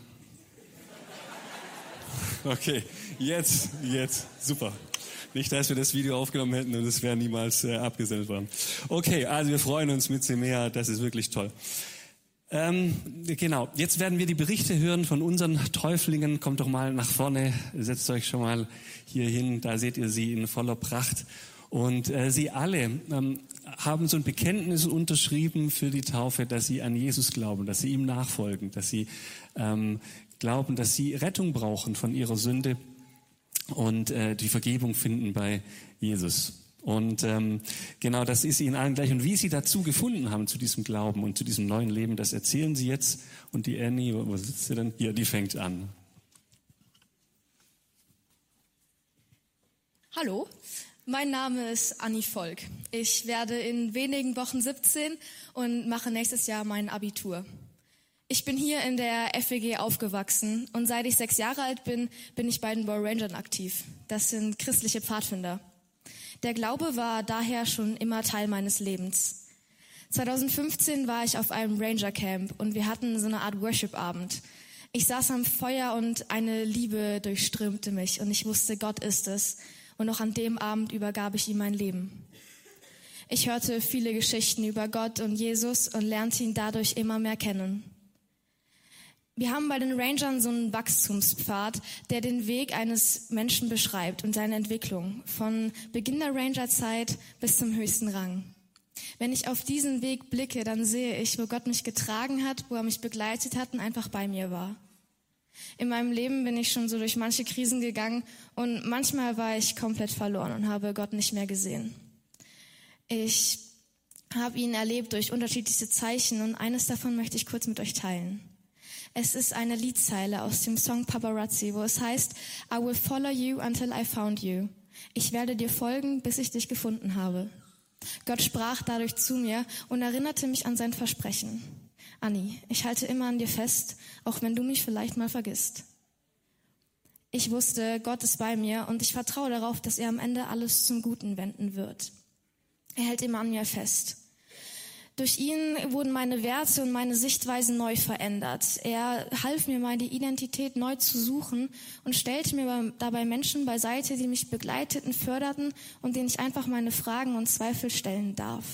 Okay, jetzt, jetzt, super. Nicht, dass wir das Video aufgenommen hätten und es wäre niemals äh, abgesendet worden. Okay, also wir freuen uns mit Semea, das ist wirklich toll. Ähm, genau, jetzt werden wir die Berichte hören von unseren Täuflingen. Kommt doch mal nach vorne, setzt euch schon mal hier hin, da seht ihr sie in voller Pracht. Und äh, sie alle ähm, haben so ein Bekenntnis unterschrieben für die Taufe, dass sie an Jesus glauben, dass sie ihm nachfolgen, dass sie ähm, glauben, dass sie Rettung brauchen von ihrer Sünde und äh, die Vergebung finden bei Jesus. Und ähm, genau, das ist ihnen allen gleich. Und wie sie dazu gefunden haben, zu diesem Glauben und zu diesem neuen Leben, das erzählen sie jetzt. Und die Annie, wo sitzt sie denn? Hier, die fängt an. Hallo, mein Name ist Anni Volk. Ich werde in wenigen Wochen siebzehn und mache nächstes Jahr mein Abitur. Ich bin hier in der F W G aufgewachsen und seit ich sechs Jahre alt bin, bin ich bei den Boy Rangern aktiv. Das sind christliche Pfadfinder. Der Glaube war daher schon immer Teil meines Lebens. zwanzig fünfzehn war ich auf einem Ranger Camp und wir hatten so eine Art Worship-Abend. Ich saß am Feuer und eine Liebe durchströmte mich und ich wusste, Gott ist es. Und noch an dem Abend übergab ich ihm mein Leben. Ich hörte viele Geschichten über Gott und Jesus und lernte ihn dadurch immer mehr kennen. Wir haben bei den Rangern so einen Wachstumspfad, der den Weg eines Menschen beschreibt und seine Entwicklung von Beginn der Rangerzeit bis zum höchsten Rang. Wenn ich auf diesen Weg blicke, dann sehe ich, wo Gott mich getragen hat, wo er mich begleitet hat und einfach bei mir war. In meinem Leben bin ich schon so durch manche Krisen gegangen und manchmal war ich komplett verloren und habe Gott nicht mehr gesehen. Ich habe ihn erlebt durch unterschiedlichste Zeichen und eines davon möchte ich kurz mit euch teilen. Es ist eine Liedzeile aus dem Song Paparazzi, wo es heißt, I will follow you until I found you. Ich werde dir folgen, bis ich dich gefunden habe. Gott sprach dadurch zu mir und erinnerte mich an sein Versprechen. Anni, ich halte immer an dir fest, auch wenn du mich vielleicht mal vergisst. Ich wusste, Gott ist bei mir und ich vertraue darauf, dass er am Ende alles zum Guten wenden wird. Er hält immer an mir fest. Durch ihn wurden meine Werte und meine Sichtweisen neu verändert. Er half mir, meine Identität neu zu suchen und stellte mir dabei Menschen beiseite, die mich begleiteten, förderten und denen ich einfach meine Fragen und Zweifel stellen darf.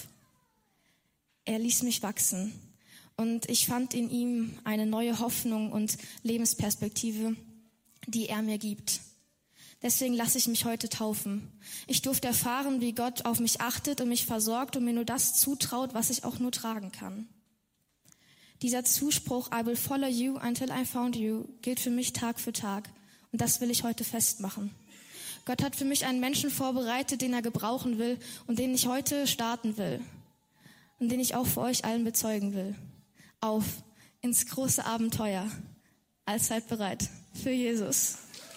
Er ließ mich wachsen und ich fand in ihm eine neue Hoffnung und Lebensperspektive, die er mir gibt. Deswegen lasse ich mich heute taufen. Ich durfte erfahren, wie Gott auf mich achtet und mich versorgt und mir nur das zutraut, was ich auch nur tragen kann. Dieser Zuspruch, I will follow you until I found you, gilt für mich Tag für Tag. Und das will ich heute festmachen. Gott hat für mich einen Menschen vorbereitet, den er gebrauchen will und den ich heute starten will. Und den ich auch für euch allen bezeugen will. Auf ins große Abenteuer. Allzeit bereit für Jesus.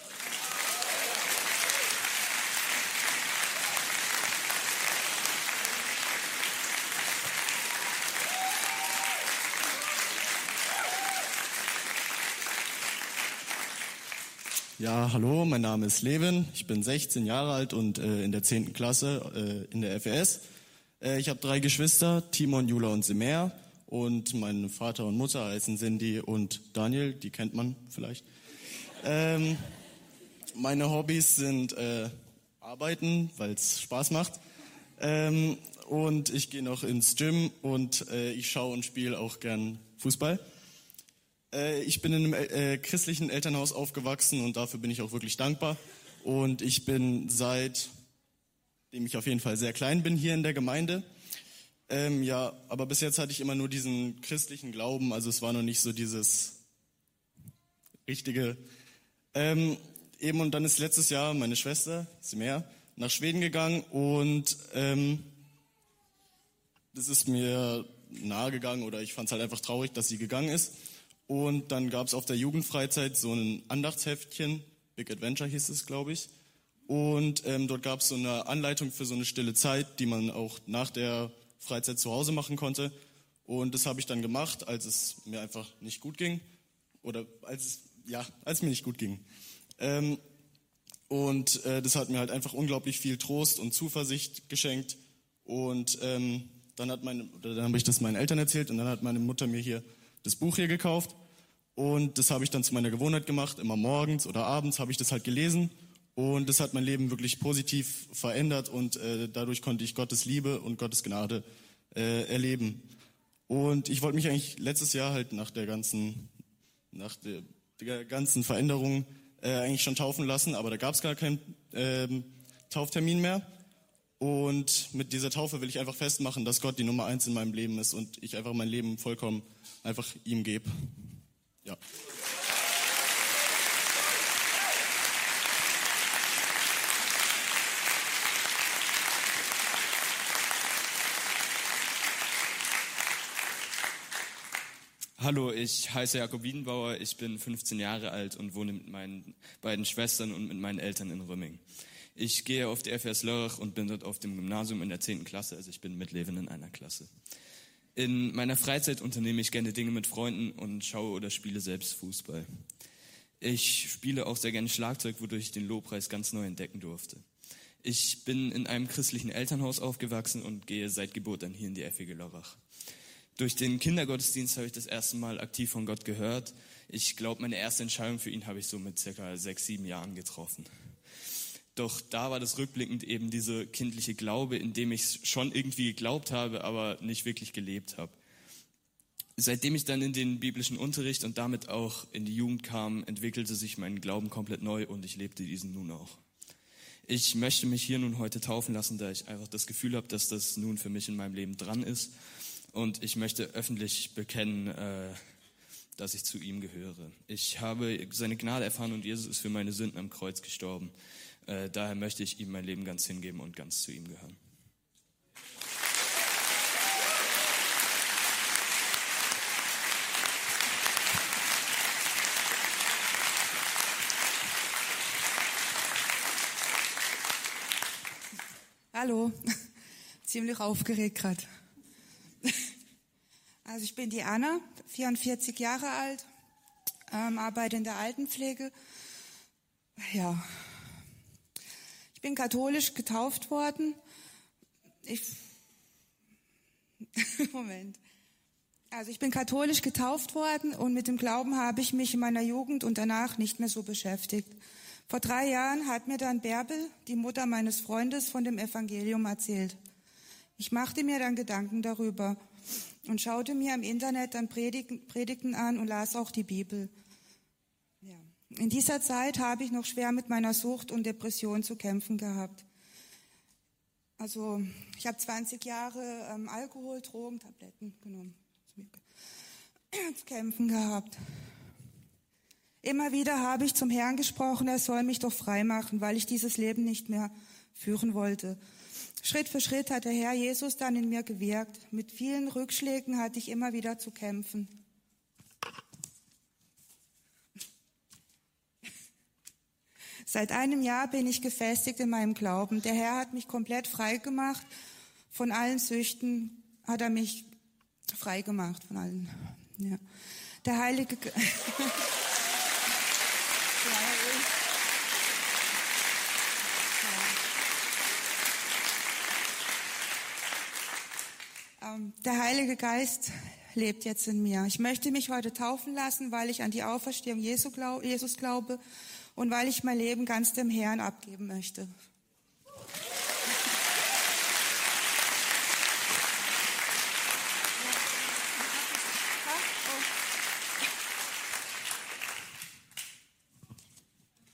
Ja, hallo, mein Name ist Levin, ich bin sechzehn Jahre alt und äh, in der zehnten Klasse äh, in der F E S. Äh, ich habe drei Geschwister, Timon, Jula und Semer, und mein Vater und Mutter heißen Cindy und Daniel, die kennt man vielleicht. Ähm, meine Hobbys sind äh, Arbeiten, weil es Spaß macht, ähm, und ich gehe noch ins Gym und äh, ich schaue und spiele auch gern Fußball. Ich bin in einem äh, christlichen Elternhaus aufgewachsen und dafür bin ich auch wirklich dankbar. Und ich bin, seitdem ich auf jeden Fall sehr klein bin, hier in der Gemeinde. Ähm, ja, aber bis jetzt hatte ich immer nur diesen christlichen Glauben, also es war noch nicht so dieses richtige. Ähm, eben und dann ist letztes Jahr meine Schwester, Simea, nach Schweden gegangen und ähm, das ist mir nahe gegangen oder ich fand es halt einfach traurig, dass sie gegangen ist. Und dann gab es auf der Jugendfreizeit so ein Andachtsheftchen, Big Adventure hieß es, glaube ich. Und ähm, dort gab es so eine Anleitung für so eine stille Zeit, die man auch nach der Freizeit zu Hause machen konnte. Und das habe ich dann gemacht, als es mir einfach nicht gut ging. Oder als es, ja, als es mir nicht gut ging. Ähm, und äh, das hat mir halt einfach unglaublich viel Trost und Zuversicht geschenkt. Und ähm, dann hat meine, oder dann habe ich das meinen Eltern erzählt und dann hat meine Mutter mir hier das Buch hier gekauft. Und das habe ich dann zu meiner Gewohnheit gemacht. Immer morgens oder abends habe ich das halt gelesen. Und das hat mein Leben wirklich positiv verändert und äh, dadurch konnte ich Gottes Liebe und Gottes Gnade äh, erleben. Und ich wollte mich eigentlich letztes Jahr halt nach der ganzen, nach der, der ganzen Veränderung äh, eigentlich schon taufen lassen, aber da gab es gar keinen äh, Tauftermin mehr. Und mit dieser Taufe will ich einfach festmachen, dass Gott die Nummer eins in meinem Leben ist und ich einfach mein Leben vollkommen einfach ihm gebe. Ja. Hallo, ich heiße Jakob Wiedenbauer, ich bin fünfzehn Jahre alt und wohne mit meinen beiden Schwestern und mit meinen Eltern in Rümming. Ich gehe auf die F S Lörrach und bin dort auf dem Gymnasium in der zehnten Klasse, also ich bin mit Levin in einer Klasse. In meiner Freizeit unternehme ich gerne Dinge mit Freunden und schaue oder spiele selbst Fußball. Ich spiele auch sehr gerne Schlagzeug, wodurch ich den Lobpreis ganz neu entdecken durfte. Ich bin in einem christlichen Elternhaus aufgewachsen und gehe seit Geburt an hier in die F E G Lörrach. Durch den Kindergottesdienst habe ich das erste Mal aktiv von Gott gehört. Ich glaube, meine erste Entscheidung für ihn habe ich so mit circa sechs, sieben Jahren getroffen. Doch da war das rückblickend eben dieser kindliche Glaube, in dem ich schon irgendwie geglaubt habe, aber nicht wirklich gelebt habe. Seitdem ich dann in den biblischen Unterricht und damit auch in die Jugend kam, entwickelte sich mein Glauben komplett neu und ich lebte diesen nun auch. Ich möchte mich hier nun heute taufen lassen, da ich einfach das Gefühl habe, dass das nun für mich in meinem Leben dran ist. Und ich möchte öffentlich bekennen, äh, dass ich zu ihm gehöre. Ich habe seine Gnade erfahren und Jesus ist für meine Sünden am Kreuz gestorben. Äh, daher möchte ich ihm mein Leben ganz hingeben und ganz zu ihm gehören. Hallo, ziemlich aufgeregt gerade. Also ich bin die Anna, vierundvierzig Jahre alt, ähm, arbeite in der Altenpflege. Ja, ich bin katholisch getauft worden. Ich Moment. Also ich bin katholisch getauft worden und mit dem Glauben habe ich mich in meiner Jugend und danach nicht mehr so beschäftigt. Vor drei Jahren hat mir dann Bärbel, die Mutter meines Freundes, von dem Evangelium erzählt. Ich machte mir dann Gedanken darüber und schaute mir im Internet dann Predigten, Predigten an und las auch die Bibel. Ja. In dieser Zeit habe ich noch schwer mit meiner Sucht und Depression zu kämpfen gehabt. Also ich habe zwanzig Jahre ähm, Alkohol, Drogen, Tabletten genommen, zu kämpfen gehabt. Immer wieder habe ich zum Herrn gesprochen, er soll mich doch frei machen, weil ich dieses Leben nicht mehr führen wollte. Schritt für Schritt hat der Herr Jesus dann in mir gewirkt. Mit vielen Rückschlägen hatte ich immer wieder zu kämpfen. Seit einem Jahr bin ich gefestigt in meinem Glauben. Der Herr hat mich komplett frei gemacht. Von allen Süchten hat er mich frei gemacht, von allen. Ja. Der Heilige Ge Der Heilige Geist lebt jetzt in mir. Ich möchte mich heute taufen lassen, weil ich an die Auferstehung Jesus glaube und weil ich mein Leben ganz dem Herrn abgeben möchte.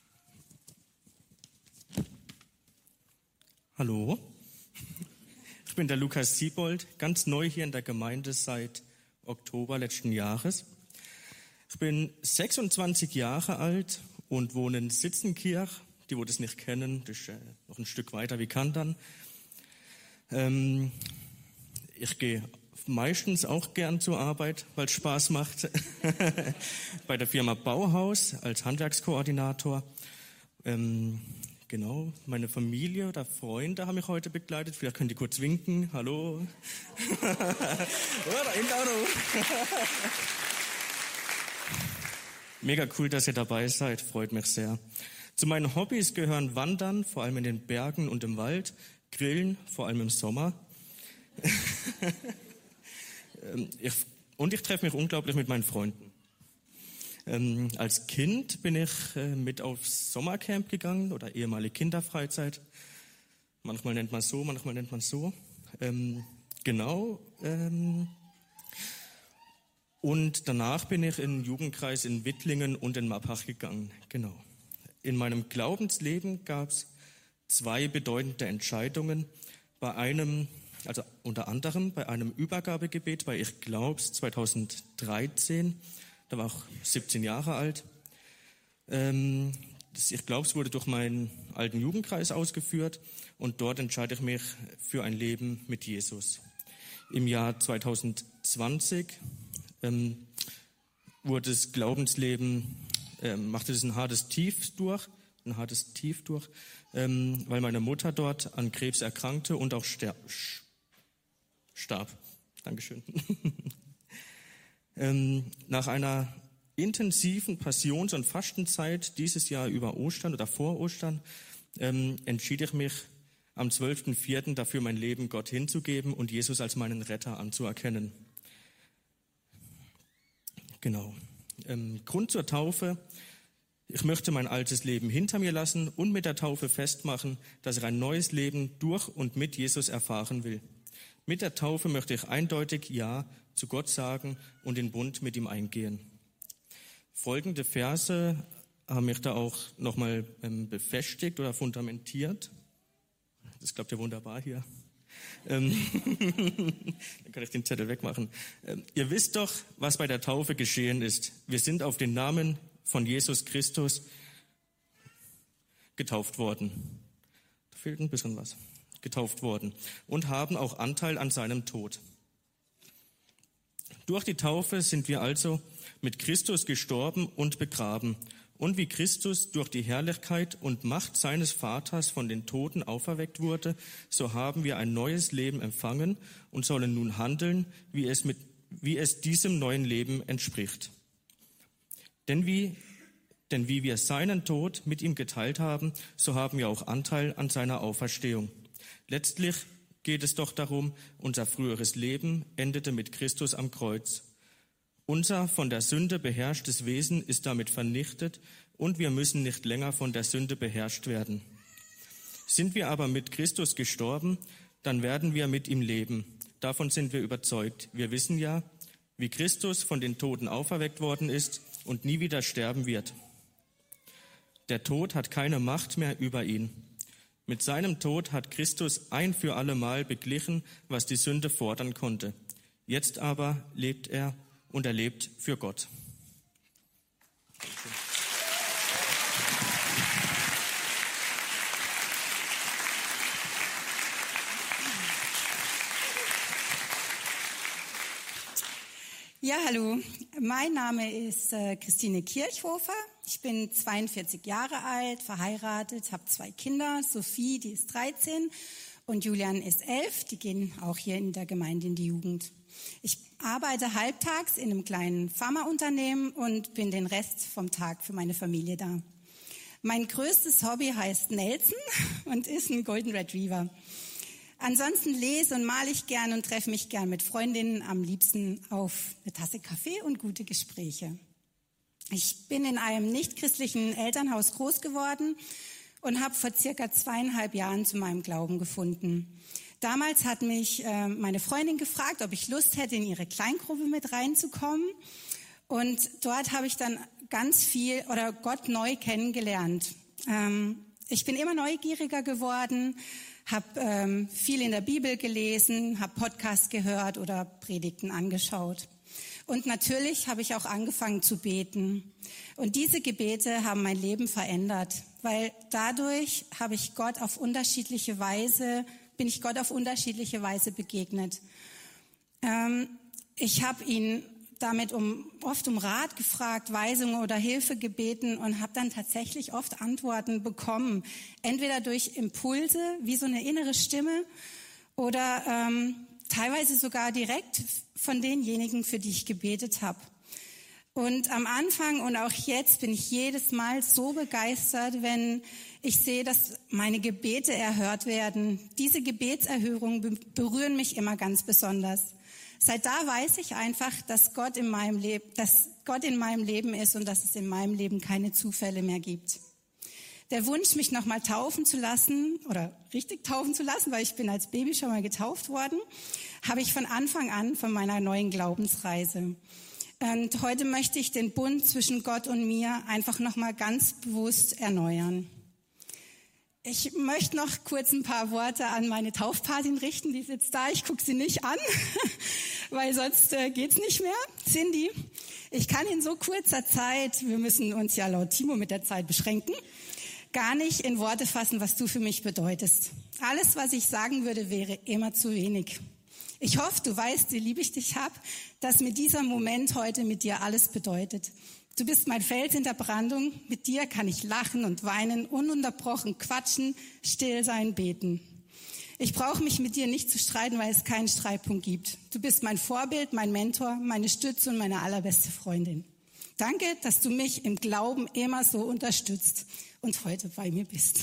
Hallo, ich bin der Lukas Siebold, ganz neu hier in der Gemeinde seit Oktober letzten Jahres. Ich bin sechsundzwanzig Jahre alt und wohne in Sitzenkirch. Die, wo das nicht kennen, das ist äh, noch ein Stück weiter wie Kandern. Ähm, ich gehe meistens auch gern zur Arbeit, weil es Spaß macht. Bei der Firma Bauhaus als Handwerkskoordinator. Ähm, genau, meine Familie oder Freunde haben mich heute begleitet. Vielleicht könnt ihr kurz winken. Hallo. Oh, da hinten auch noch. Mega cool, dass ihr dabei seid. Freut mich sehr. Zu meinen Hobbys gehören Wandern, vor allem in den Bergen und im Wald, Grillen, vor allem im Sommer. ich, und ich treffe mich unglaublich mit meinen Freunden. Ähm, als Kind bin ich äh, mit aufs Sommercamp gegangen oder ehemalige Kinderfreizeit. Manchmal nennt man es so, manchmal nennt man es so. Ähm, genau. Ähm, und danach bin ich in den Jugendkreis in Wittlingen und in Mappach gegangen. Genau. In meinem Glaubensleben gab es zwei bedeutende Entscheidungen. Bei einem, also unter anderem bei einem Übergabegebet bei Ich Glaub's zweitausenddreizehn, da war ich siebzehn Jahre alt. Ähm, das Ich Glaub's wurde durch meinen alten Jugendkreis ausgeführt und dort entscheide ich mich für ein Leben mit Jesus. Im Jahr zweitausendzwanzig ähm, wurde das Glaubensleben Ähm, machte es ein hartes Tief durch, ein hartes Tief durch, ähm, weil meine Mutter dort an Krebs erkrankte und auch ster- starb. Dankeschön. ähm, nach einer intensiven Passions- und Fastenzeit dieses Jahr über Ostern oder vor Ostern ähm, entschied ich mich am zwölften vierten dafür mein Leben Gott hinzugeben und Jesus als meinen Retter anzuerkennen. Genau. Ähm, Grund zur Taufe: Ich möchte mein altes Leben hinter mir lassen und mit der Taufe festmachen, dass ich ein neues Leben durch und mit Jesus erfahren will. Mit der Taufe möchte ich eindeutig Ja zu Gott sagen und den Bund mit ihm eingehen. Folgende Verse haben mich da auch nochmal ähm, befestigt oder fundamentiert. Das klappt ja wunderbar hier. Ähm, dann kann ich den Zettel wegmachen. Ähm, ihr wisst doch, was bei der Taufe geschehen ist. Wir sind auf den Namen von Jesus Christus getauft worden. Da fehlt ein bisschen was. Getauft worden. Und haben auch Anteil an seinem Tod. Durch die Taufe sind wir also mit Christus gestorben und begraben. Und wie Christus durch die Herrlichkeit und Macht seines Vaters von den Toten auferweckt wurde, so haben wir ein neues Leben empfangen und sollen nun handeln, wie es, mit, wie es diesem neuen Leben entspricht. Denn wie, denn wie wir seinen Tod mit ihm geteilt haben, so haben wir auch Anteil an seiner Auferstehung. Letztlich geht es doch darum, unser früheres Leben endete mit Christus am Kreuz. Unser von der Sünde beherrschtes Wesen ist damit vernichtet und wir müssen nicht länger von der Sünde beherrscht werden. Sind wir aber mit Christus gestorben, dann werden wir mit ihm leben. Davon sind wir überzeugt. Wir wissen ja, wie Christus von den Toten auferweckt worden ist und nie wieder sterben wird. Der Tod hat keine Macht mehr über ihn. Mit seinem Tod hat Christus ein für alle Mal beglichen, was die Sünde fordern konnte. Jetzt aber lebt er und er lebt für Gott. Ja, hallo. Mein Name ist äh, Christine Kirchhofer. Ich bin zweiundvierzig Jahre alt, verheiratet, habe zwei Kinder. Sophie, die ist dreizehn und Julian ist elf. Die gehen auch hier in der Gemeinde in die Jugend. Ich arbeite halbtags in einem kleinen Pharmaunternehmen und bin den Rest vom Tag für meine Familie da. Mein größtes Hobby heißt Nelson und ist ein Golden Retriever. Ansonsten lese und male ich gern und treffe mich gern mit Freundinnen, am liebsten auf eine Tasse Kaffee und gute Gespräche. Ich bin in einem nichtchristlichen Elternhaus groß geworden und habe vor circa zweieinhalb Jahren zu meinem Glauben gefunden. Damals hat mich äh, meine Freundin gefragt, ob ich Lust hätte, in ihre Kleingruppe mit reinzukommen. Und dort habe ich dann ganz viel oder Gott neu kennengelernt. Ähm, ich bin immer neugieriger geworden, habe ähm, viel in der Bibel gelesen, habe Podcasts gehört oder Predigten angeschaut. Und natürlich habe ich auch angefangen zu beten. Und diese Gebete haben mein Leben verändert, weil dadurch habe ich Gott auf unterschiedliche Weise, bin ich Gott auf unterschiedliche Weise begegnet. Ähm, ich habe ihn damit um, oft um Rat gefragt, Weisungen oder Hilfe gebeten und habe dann tatsächlich oft Antworten bekommen. Entweder durch Impulse, wie so eine innere Stimme, oder ähm, teilweise sogar direkt von denjenigen, für die ich gebetet habe. Und am Anfang und auch jetzt bin ich jedes Mal so begeistert, wenn ich sehe, dass meine Gebete erhört werden. Diese Gebetserhörungen berühren mich immer ganz besonders. Seit da weiß ich einfach, dass Gott in meinem Leben, dass Gott in meinem Leben ist und dass es in meinem Leben keine Zufälle mehr gibt. Der Wunsch, mich nochmal taufen zu lassen oder richtig taufen zu lassen, weil ich bin als Baby schon mal getauft worden, habe ich von Anfang an von meiner neuen Glaubensreise. Und heute möchte ich den Bund zwischen Gott und mir einfach nochmal ganz bewusst erneuern. Ich möchte noch kurz ein paar Worte an meine Taufpatin richten. Die sitzt da, ich gucke sie nicht an, weil sonst äh, geht's nicht mehr. Cindy, ich kann in so kurzer Zeit, wir müssen uns ja laut Timo mit der Zeit beschränken, gar nicht in Worte fassen, was du für mich bedeutest. Alles, was ich sagen würde, wäre immer zu wenig. Ich hoffe, du weißt, wie lieb ich dich hab, dass mir dieser Moment heute mit dir alles bedeutet. Du bist mein Fels in der Brandung. Mit dir kann ich lachen und weinen, ununterbrochen quatschen, still sein, beten. Ich brauche mich mit dir nicht zu streiten, weil es keinen Streitpunkt gibt. Du bist mein Vorbild, mein Mentor, meine Stütze und meine allerbeste Freundin. Danke, dass du mich im Glauben immer so unterstützt und heute bei mir bist.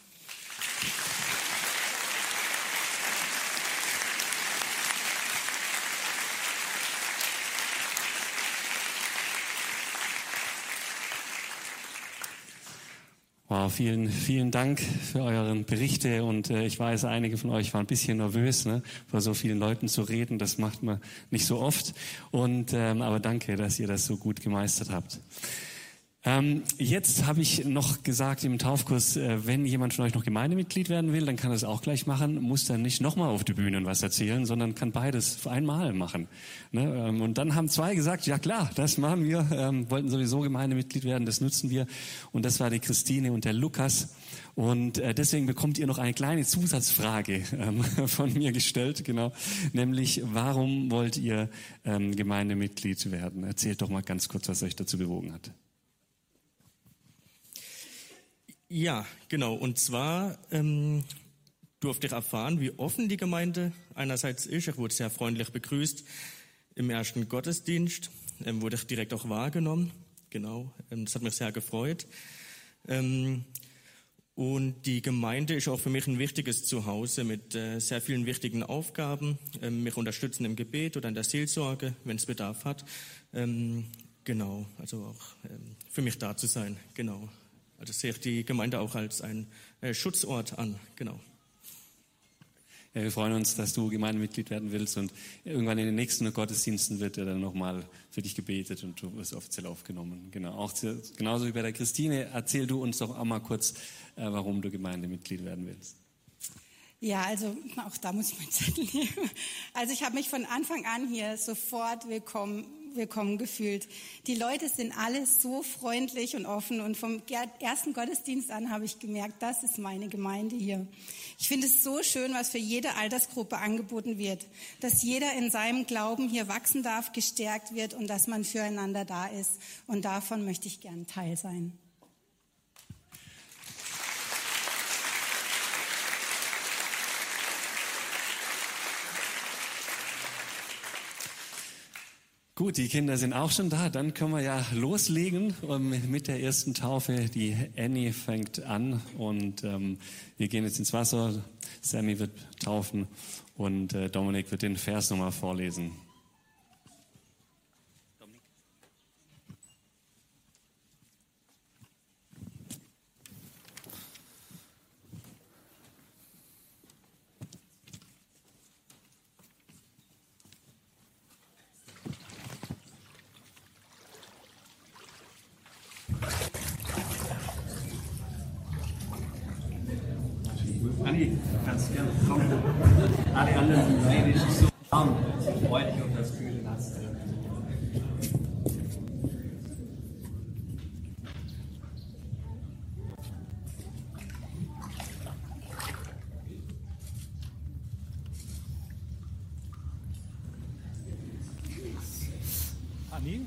Wow, vielen, vielen Dank für euren Berichte und äh, ich weiß, einige von euch waren ein bisschen nervös, ne, vor so vielen Leuten zu reden. Das macht man nicht so oft. Und ähm, aber danke, dass ihr das so gut gemeistert habt. Ähm, jetzt habe ich noch gesagt im Taufkurs, äh, wenn jemand von euch noch Gemeindemitglied werden will, dann kann er es auch gleich machen, muss dann nicht nochmal auf die Bühne und was erzählen, sondern kann beides für einmal machen. Ne? Ähm, und dann haben zwei gesagt, ja klar, das machen wir, ähm, wollten sowieso Gemeindemitglied werden, das nutzen wir. Und das war die Christine und der Lukas. Und äh, deswegen bekommt ihr noch eine kleine Zusatzfrage ähm, von mir gestellt, genau, nämlich warum wollt ihr ähm, Gemeindemitglied werden? Erzählt doch mal ganz kurz, was euch dazu bewogen hat. Ja, genau. Und zwar ähm, durfte ich erfahren, wie offen die Gemeinde einerseits ist. Ich wurde sehr freundlich begrüßt im ersten Gottesdienst, ähm, wurde ich direkt auch wahrgenommen. Genau, ähm, das hat mich sehr gefreut. Ähm, und die Gemeinde ist auch für mich ein wichtiges Zuhause mit äh, sehr vielen wichtigen Aufgaben. Ähm, mich unterstützen im Gebet oder in der Seelsorge, wenn es Bedarf hat. Ähm, genau, also auch ähm, für mich da zu sein, genau. Also sehe ich die Gemeinde auch als einen äh, Schutzort an, genau. Ja, wir freuen uns, dass du Gemeindemitglied werden willst und irgendwann in den nächsten Gottesdiensten wird ja dann nochmal für dich gebetet und du wirst offiziell aufgenommen. Genau, auch zu, genauso wie bei der Christine. Erzähl du uns doch auch mal kurz, äh, warum du Gemeindemitglied werden willst. Ja, also auch da muss ich meinen Zettel nehmen. Also ich habe mich von Anfang an hier sofort willkommen willkommen gefühlt. Die Leute sind alle so freundlich und offen und vom ersten Gottesdienst an habe ich gemerkt, das ist meine Gemeinde hier. Ich finde es so schön, was für jede Altersgruppe angeboten wird, dass jeder in seinem Glauben hier wachsen darf, gestärkt wird und dass man füreinander da ist. Und davon möchte ich gern Teil sein. Gut, die Kinder sind auch schon da. Dann können wir ja loslegen mit der ersten Taufe. Die Annie fängt an und ähm, wir gehen jetzt ins Wasser. Sammy wird taufen und äh, Dominik wird den Vers nochmal vorlesen. Anni, ganz gerne. Komm. Alle anderen beide ist so warm. Freut dich auf das kühle Nass. Anni?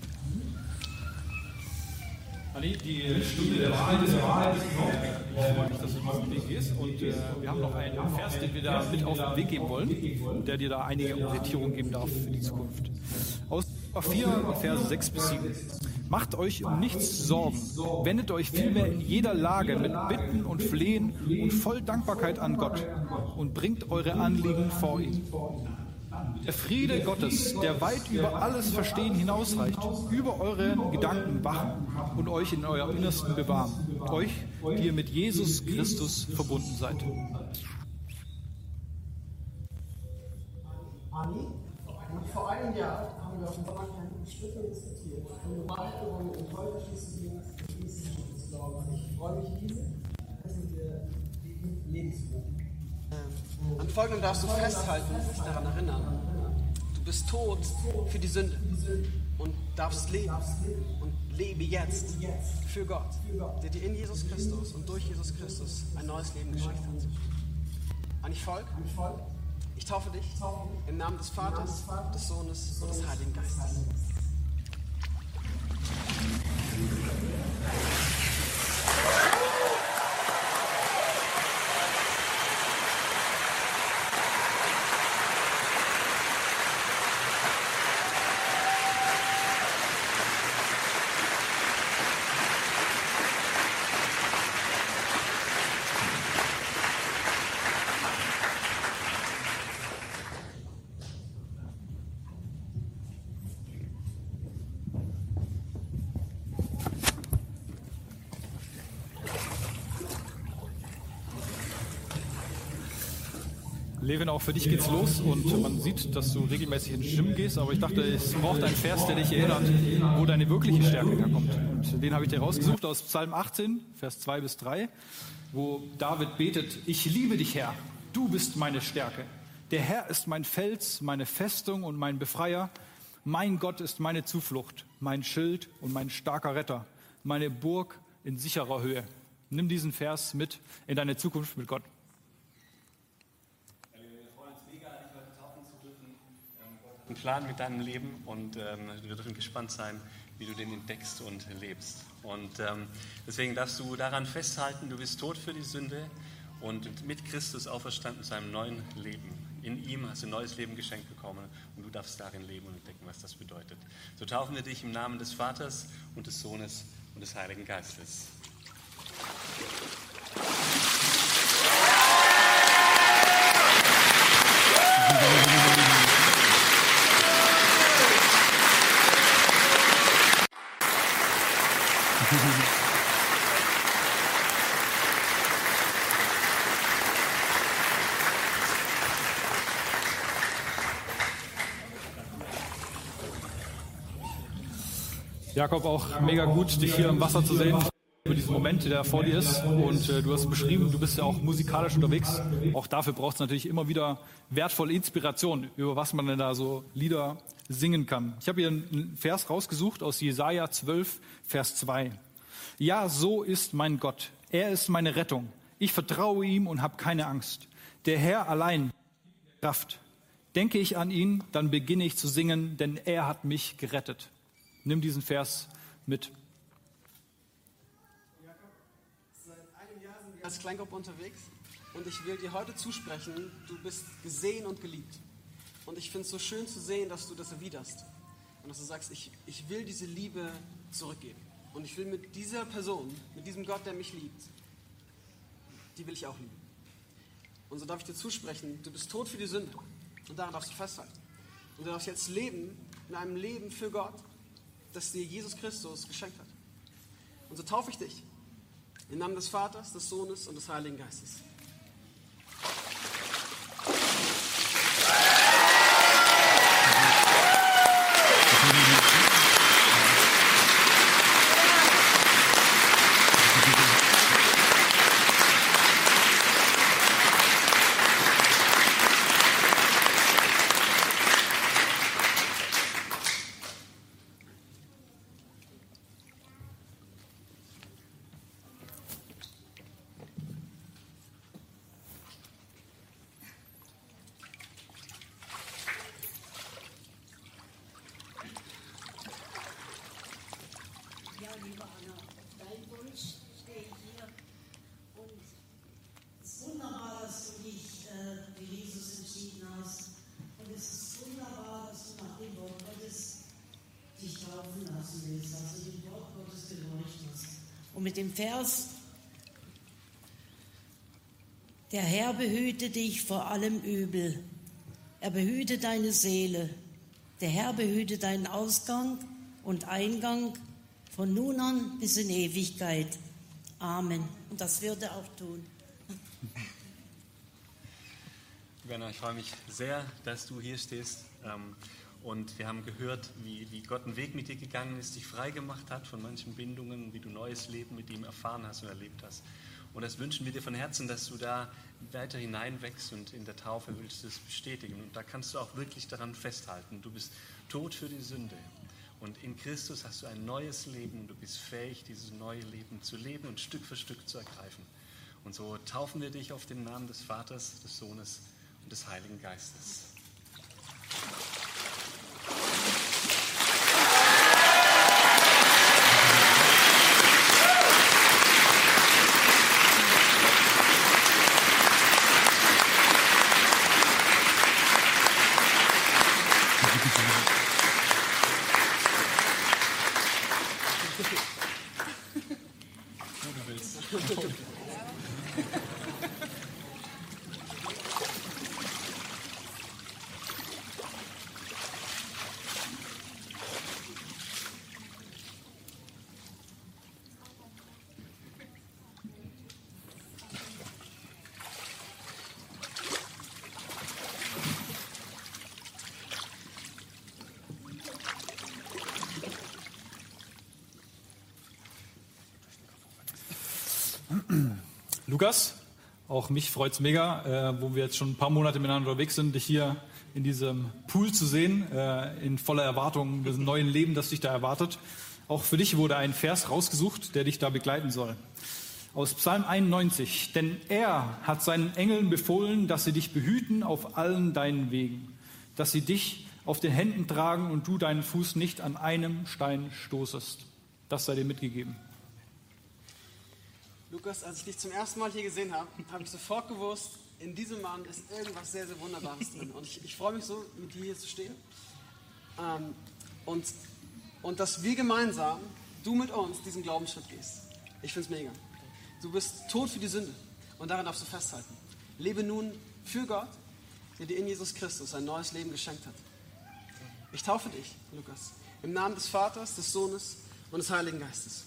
Anni, die Stunde der Wahrheit ist Wahrheit. Ich freue mich, dass du auf den Weg gehst. Und äh, wir haben noch einen Vers, den wir da mit auf den Weg geben wollen, der dir da einige Orientierung geben darf für die Zukunft. Aus vier, Verse sechs bis sieben. Macht euch um nichts Sorgen, wendet euch vielmehr in jeder Lage mit Bitten und Flehen und voll Dankbarkeit an Gott und bringt eure Anliegen vor ihn. Der Friede Gottes, der weit über alles Verstehen hinausreicht, über eure Gedanken wachen und euch in euer Innersten bewahren, euch, die ihr mit Jesus Christus verbunden seid. Und vor einem Jahr haben wir auf dem Sommercamp Schritte diskutiert. Und heute wollen wir und heute schließen wir den nächsten Schritt des Glaubens. Ich freue mich riesig, dass wir die Lebensruhe. An Folgendem darfst du festhalten und dich daran erinnern. Du bist tot für die Sünde und darfst leben und lebe jetzt für Gott, der dir in Jesus Christus und durch Jesus Christus ein neues Leben geschenkt hat. Anni Volk, ich taufe dich im Namen des Vaters, des Sohnes und des Heiligen Geistes. Levin, auch für dich geht's los und man sieht, dass du regelmäßig ins Gym gehst, aber ich dachte, es braucht einen Vers, der dich erinnert, wo deine wirkliche Stärke herkommt. Und den habe ich dir rausgesucht aus Psalm achtzehn, Vers zwei bis drei, wo David betet: Ich liebe dich, Herr, du bist meine Stärke. Der Herr ist mein Fels, meine Festung und mein Befreier. Mein Gott ist meine Zuflucht, mein Schild und mein starker Retter, meine Burg in sicherer Höhe. Nimm diesen Vers mit in deine Zukunft mit Gott. Einen Plan mit deinem Leben und ähm, wir dürfen gespannt sein, wie du den entdeckst und lebst. Und ähm, deswegen darfst du daran festhalten, du bist tot für die Sünde und mit Christus auferstanden zu einem neuen Leben. In ihm hast du ein neues Leben geschenkt bekommen und du darfst darin leben und entdecken, was das bedeutet. So taufen wir dich im Namen des Vaters und des Sohnes und des Heiligen Geistes. Jakob, auch mega gut, dich hier im Wasser zu sehen, für diesen Moment, der vor dir ist. Und äh, du hast beschrieben, du bist ja auch musikalisch unterwegs. Auch dafür braucht es natürlich immer wieder wertvolle Inspiration, über was man denn da so Lieder singen kann. Ich habe hier einen Vers rausgesucht aus Jesaja zwölf, Vers zwei. Ja, so ist mein Gott. Er ist meine Rettung. Ich vertraue ihm und habe keine Angst. Der Herr allein Kraft. Denke ich an ihn, dann beginne ich zu singen, denn er hat mich gerettet. Nimm diesen Vers mit. Seit einem Jahr sind wir als Kleingruppe unterwegs und ich will dir heute zusprechen, du bist gesehen und geliebt. Und ich finde es so schön zu sehen, dass du das erwiderst. Und dass du sagst, ich, ich will diese Liebe zurückgeben. Und ich will mit dieser Person, mit diesem Gott, der mich liebt, die will ich auch lieben. Und so darf ich dir zusprechen, du bist tot für die Sünde. Und daran darfst du festhalten. Und du darfst jetzt leben in einem Leben für Gott, das dir Jesus Christus geschenkt hat. Und so taufe ich dich im Namen des Vaters, des Sohnes und des Heiligen Geistes. dein Wunsch steht hier. Und es ist wunderbar, dass du dich äh, für Jesus entschieden hast. Und es ist wunderbar, dass du nach dem Wort Gottes dich taufen lassen willst, also dem Wort Gottes gehorcht hast. Und mit dem Vers: Der Herr behüte dich vor allem Übel. Er behüte deine Seele. Der Herr behüte deinen Ausgang und Eingang von nun an bis in Ewigkeit. Amen. Und das wird er auch tun. Werner, ich freue mich sehr, dass du hier stehst. Und wir haben gehört, wie, wie Gott einen Weg mit dir gegangen ist, dich frei gemacht hat von manchen Bindungen, wie du neues Leben mit ihm erfahren hast und erlebt hast. Und das wünschen wir dir von Herzen, dass du da weiter hineinwächst, und in der Taufe willst du es bestätigen. Und da kannst du auch wirklich daran festhalten. Du bist tot für die Sünde. Und in Christus hast du ein neues Leben. Du bist fähig, dieses neue Leben zu leben und Stück für Stück zu ergreifen. Und so taufen wir dich auf den Namen des Vaters, des Sohnes und des Heiligen Geistes. Lukas, auch mich freut es mega, äh, wo wir jetzt schon ein paar Monate miteinander unterwegs sind, dich hier in diesem Pool zu sehen, äh, in voller Erwartung, diesem neuen Leben, das dich da erwartet. Auch für dich wurde ein Vers rausgesucht, der dich da begleiten soll. Aus Psalm einundneunzig. Denn er hat seinen Engeln befohlen, dass sie dich behüten auf allen deinen Wegen, dass sie dich auf den Händen tragen und du deinen Fuß nicht an einem Stein stoßest. Das sei dir mitgegeben. Lukas, als ich dich zum ersten Mal hier gesehen habe, habe ich sofort gewusst, in diesem Mann ist irgendwas sehr, sehr Wunderbares drin. Und ich, ich freue mich so, mit dir hier zu stehen. Ähm, und, und dass wir gemeinsam, du mit uns, diesen Glaubensschritt gehst. Ich finde es mega. Du bist tot für die Sünde und daran darfst du festhalten. Lebe nun für Gott, der dir in Jesus Christus ein neues Leben geschenkt hat. Ich taufe dich, Lukas, im Namen des Vaters, des Sohnes und des Heiligen Geistes.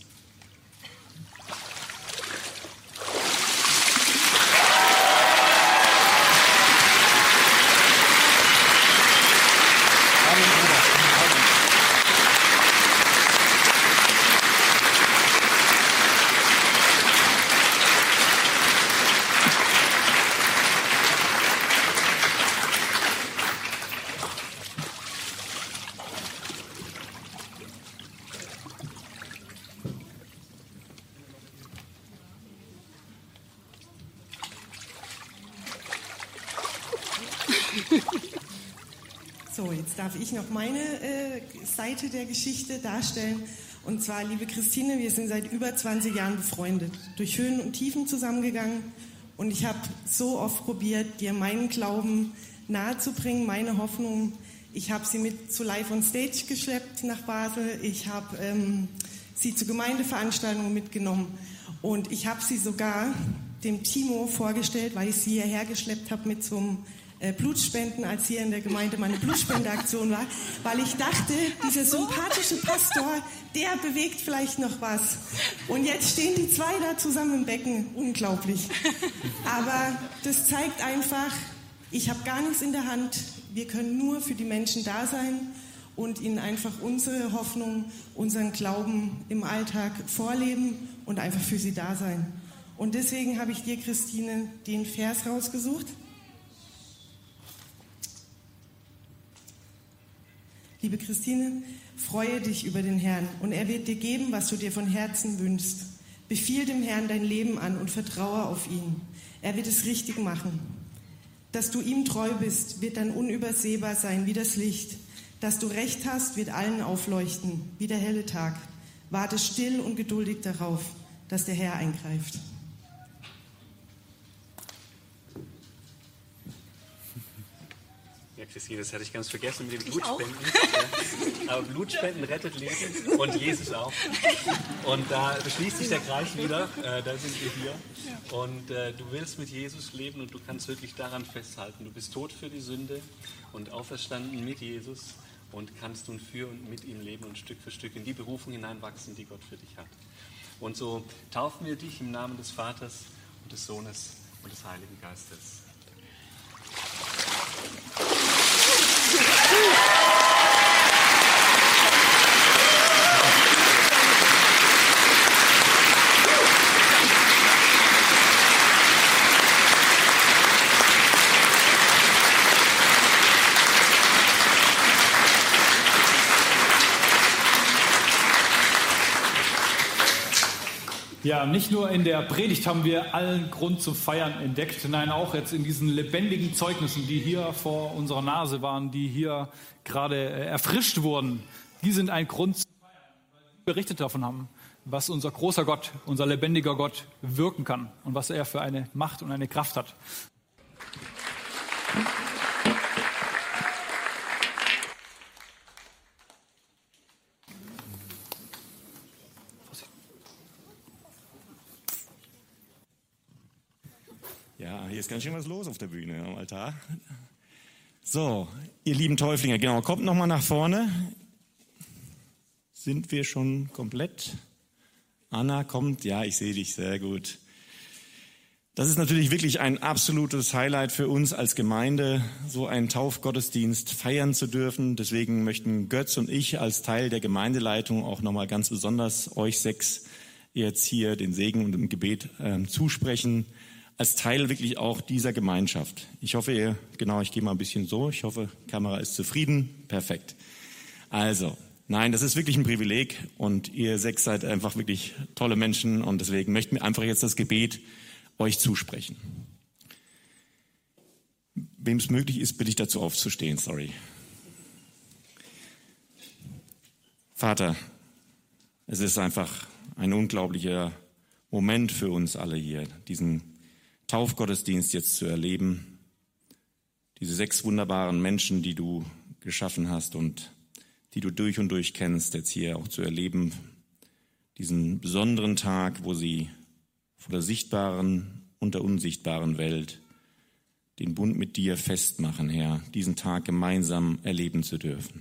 So, jetzt darf ich noch meine äh, Seite der Geschichte darstellen. Und zwar, liebe Christine, wir sind seit über zwanzig Jahren befreundet, durch Höhen und Tiefen zusammengegangen. Und ich habe so oft probiert, dir meinen Glauben nahezubringen, meine Hoffnung. Ich habe sie mit zu Live on Stage geschleppt nach Basel. Ich habe ähm, sie zu Gemeindeveranstaltungen mitgenommen. Und ich habe sie sogar dem Timo vorgestellt, weil ich sie hierher geschleppt habe mit so einem äh, Blutspenden, als hier in der Gemeinde meine Blutspendeaktion war, weil ich dachte, dieser sympathische Pastor, der bewegt vielleicht noch was. Und jetzt stehen die zwei da zusammen im Becken. Unglaublich. Aber das zeigt einfach, ich habe gar nichts in der Hand. Wir können nur für die Menschen da sein und ihnen einfach unsere Hoffnung, unseren Glauben im Alltag vorleben und einfach für sie da sein. Und deswegen habe ich dir, Christine, den Vers rausgesucht. Liebe Christine, freue dich über den Herrn und er wird dir geben, was du dir von Herzen wünschst. Befiehl dem Herrn dein Leben an und vertraue auf ihn. Er wird es richtig machen. Dass du ihm treu bist, wird dann unübersehbar sein wie das Licht. Dass du Recht hast, wird allen aufleuchten wie der helle Tag. Warte still und geduldig darauf, dass der Herr eingreift. Ja, Christine, das hatte ich ganz vergessen mit den Blutspenden. Ja. Aber Blutspenden rettet Leben und Jesus auch. Und da beschließt sich der Kreis wieder, äh, da sind wir hier. Und äh, du willst mit Jesus leben und du kannst wirklich daran festhalten. Du bist tot für die Sünde und auferstanden mit Jesus und kannst nun für und mit ihm leben und Stück für Stück in die Berufung hineinwachsen, die Gott für dich hat. Und so taufen wir dich im Namen des Vaters und des Sohnes und des Heiligen Geistes. Ja, nicht nur in der Predigt haben wir allen Grund zum Feiern entdeckt, nein, auch jetzt in diesen lebendigen Zeugnissen, die hier vor unserer Nase waren, die hier gerade erfrischt wurden. Die sind ein Grund zum Feiern, weil sie berichtet davon haben, was unser großer Gott, unser lebendiger Gott wirken kann und was er für eine Macht und eine Kraft hat. Ja, hier ist ganz schön was los auf der Bühne am Altar. So, ihr lieben Täuflinge, genau, kommt nochmal nach vorne. Sind wir schon komplett? Anna kommt, ja, ich sehe dich, sehr gut. Das ist natürlich wirklich ein absolutes Highlight für uns als Gemeinde, so einen Taufgottesdienst feiern zu dürfen. Deswegen möchten Götz und ich als Teil der Gemeindeleitung auch nochmal ganz besonders euch sechs jetzt hier den Segen und im Gebet äh, zusprechen, als Teil wirklich auch dieser Gemeinschaft. Ich hoffe, ihr, genau, ich gehe mal ein bisschen so, ich hoffe, Kamera ist zufrieden, perfekt. Also, nein, das ist wirklich ein Privileg und ihr sechs seid einfach wirklich tolle Menschen und deswegen möchten wir einfach jetzt das Gebet euch zusprechen. Wem es möglich ist, bitte ich dazu aufzustehen, sorry. Vater, es ist einfach ein unglaublicher Moment für uns alle hier, diesen Taufgottesdienst jetzt zu erleben. Diese sechs wunderbaren Menschen, die du geschaffen hast und die du durch und durch kennst, jetzt hier auch zu erleben. Diesen besonderen Tag, wo sie vor der sichtbaren und der unsichtbaren Welt den Bund mit dir festmachen, Herr, diesen Tag gemeinsam erleben zu dürfen.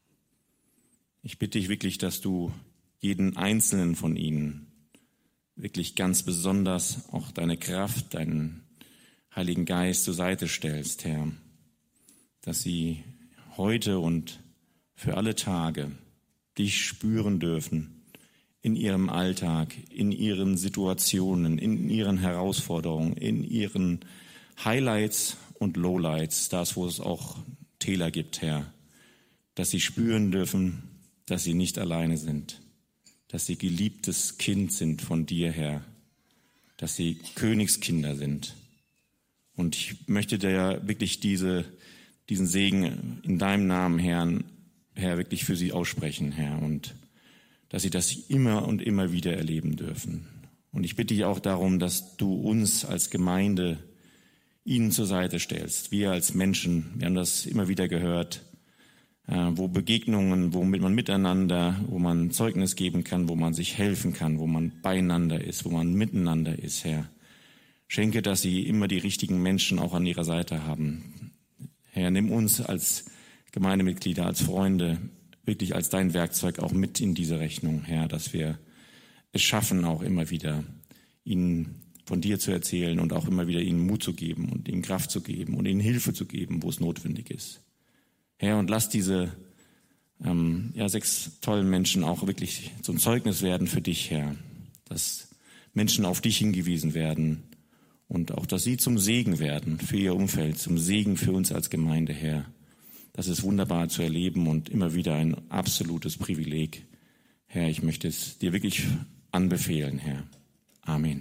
Ich bitte dich wirklich, dass du jeden einzelnen von ihnen wirklich ganz besonders auch deine Kraft, deinen Heiligen Geist zur Seite stellst, Herr, dass sie heute und für alle Tage dich spüren dürfen in ihrem Alltag, in ihren Situationen, in ihren Herausforderungen, in ihren Highlights und Lowlights, das, wo es auch Täler gibt, Herr, dass sie spüren dürfen, dass sie nicht alleine sind, dass sie geliebtes Kind sind von dir, Herr, dass sie Königskinder sind. Und ich möchte dir wirklich diese, diesen Segen in deinem Namen, Herr, Herr, wirklich für sie aussprechen, Herr, und dass sie das immer und immer wieder erleben dürfen. Und ich bitte dich auch darum, dass du uns als Gemeinde ihnen zur Seite stellst. Wir als Menschen, wir haben das immer wieder gehört, wo Begegnungen, wo man miteinander, wo man Zeugnis geben kann, wo man sich helfen kann, wo man beieinander ist, wo man miteinander ist, Herr. Schenke, dass sie immer die richtigen Menschen auch an ihrer Seite haben. Herr, nimm uns als Gemeindemitglieder, als Freunde, wirklich als dein Werkzeug auch mit in diese Rechnung, Herr, dass wir es schaffen, auch immer wieder ihnen von dir zu erzählen und auch immer wieder ihnen Mut zu geben und ihnen Kraft zu geben und ihnen Hilfe zu geben, wo es notwendig ist. Herr, und lass diese ähm, ja, sechs tollen Menschen auch wirklich zum Zeugnis werden für dich, Herr. Dass Menschen auf dich hingewiesen werden und auch, dass sie zum Segen werden für ihr Umfeld, zum Segen für uns als Gemeinde, Herr. Das ist wunderbar zu erleben und immer wieder ein absolutes Privileg. Herr, ich möchte es dir wirklich anbefehlen, Herr. Amen.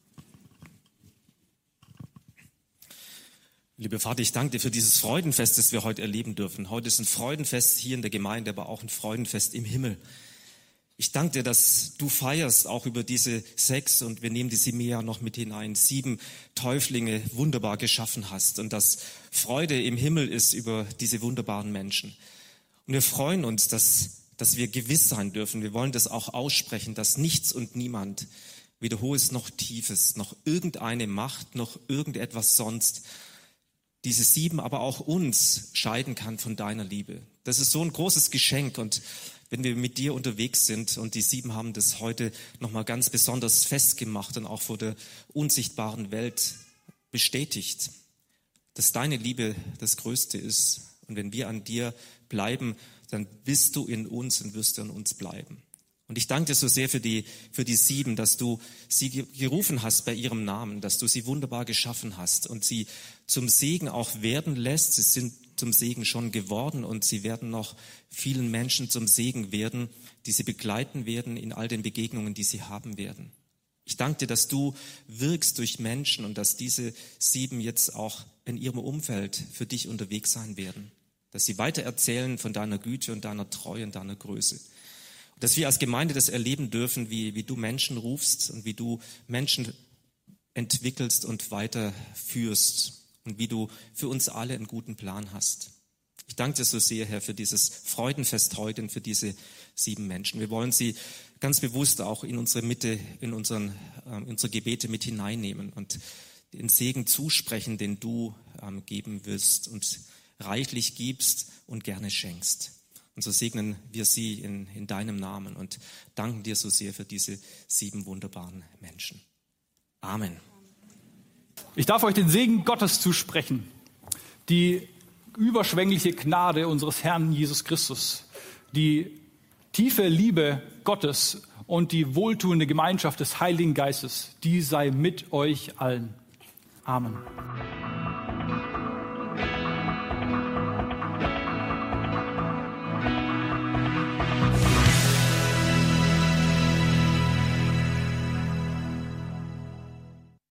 Lieber Vater, ich danke dir für dieses Freudenfest, das wir heute erleben dürfen. Heute ist ein Freudenfest hier in der Gemeinde, aber auch ein Freudenfest im Himmel. Ich danke dir, dass du feierst auch über diese sechs, und wir nehmen die Simea noch mit hinein, sieben Täuflinge wunderbar geschaffen hast und dass Freude im Himmel ist über diese wunderbaren Menschen. Und wir freuen uns, dass, dass wir gewiss sein dürfen. Wir wollen das auch aussprechen, dass nichts und niemand, weder Hohes noch Tiefes, noch irgendeine Macht, noch irgendetwas sonst, diese sieben, aber auch uns scheiden kann von deiner Liebe. Das ist so ein großes Geschenk, und wenn wir mit dir unterwegs sind, und die sieben haben das heute nochmal ganz besonders festgemacht und auch vor der unsichtbaren Welt bestätigt, dass deine Liebe das Größte ist. Und wenn wir an dir bleiben, dann bist du in uns und wirst du an uns bleiben. Und ich danke dir so sehr für die, für die sieben, dass du sie gerufen hast bei ihrem Namen, dass du sie wunderbar geschaffen hast und sie zum Segen auch werden lässt. Sie sind zum Segen schon geworden, und sie werden noch vielen Menschen zum Segen werden, die sie begleiten werden in all den Begegnungen, die sie haben werden. Ich danke dir, dass du wirkst durch Menschen und dass diese sieben jetzt auch in ihrem Umfeld für dich unterwegs sein werden, dass sie weiter erzählen von deiner Güte und deiner Treue und deiner Größe. Und dass wir als Gemeinde das erleben dürfen, wie, wie du Menschen rufst und wie du Menschen entwickelst und weiterführst. Und wie du für uns alle einen guten Plan hast. Ich danke dir so sehr, Herr, für dieses Freudenfest heute und für diese sieben Menschen. Wir wollen sie ganz bewusst auch in unsere Mitte, in unseren, äh, unsere Gebete mit hineinnehmen und den Segen zusprechen, den du ähm, geben wirst und reichlich gibst und gerne schenkst. Und so segnen wir sie in, in deinem Namen und danken dir so sehr für diese sieben wunderbaren Menschen. Amen. Ich darf euch den Segen Gottes zusprechen, die überschwängliche Gnade unseres Herrn Jesus Christus, die tiefe Liebe Gottes und die wohltuende Gemeinschaft des Heiligen Geistes, die sei mit euch allen. Amen.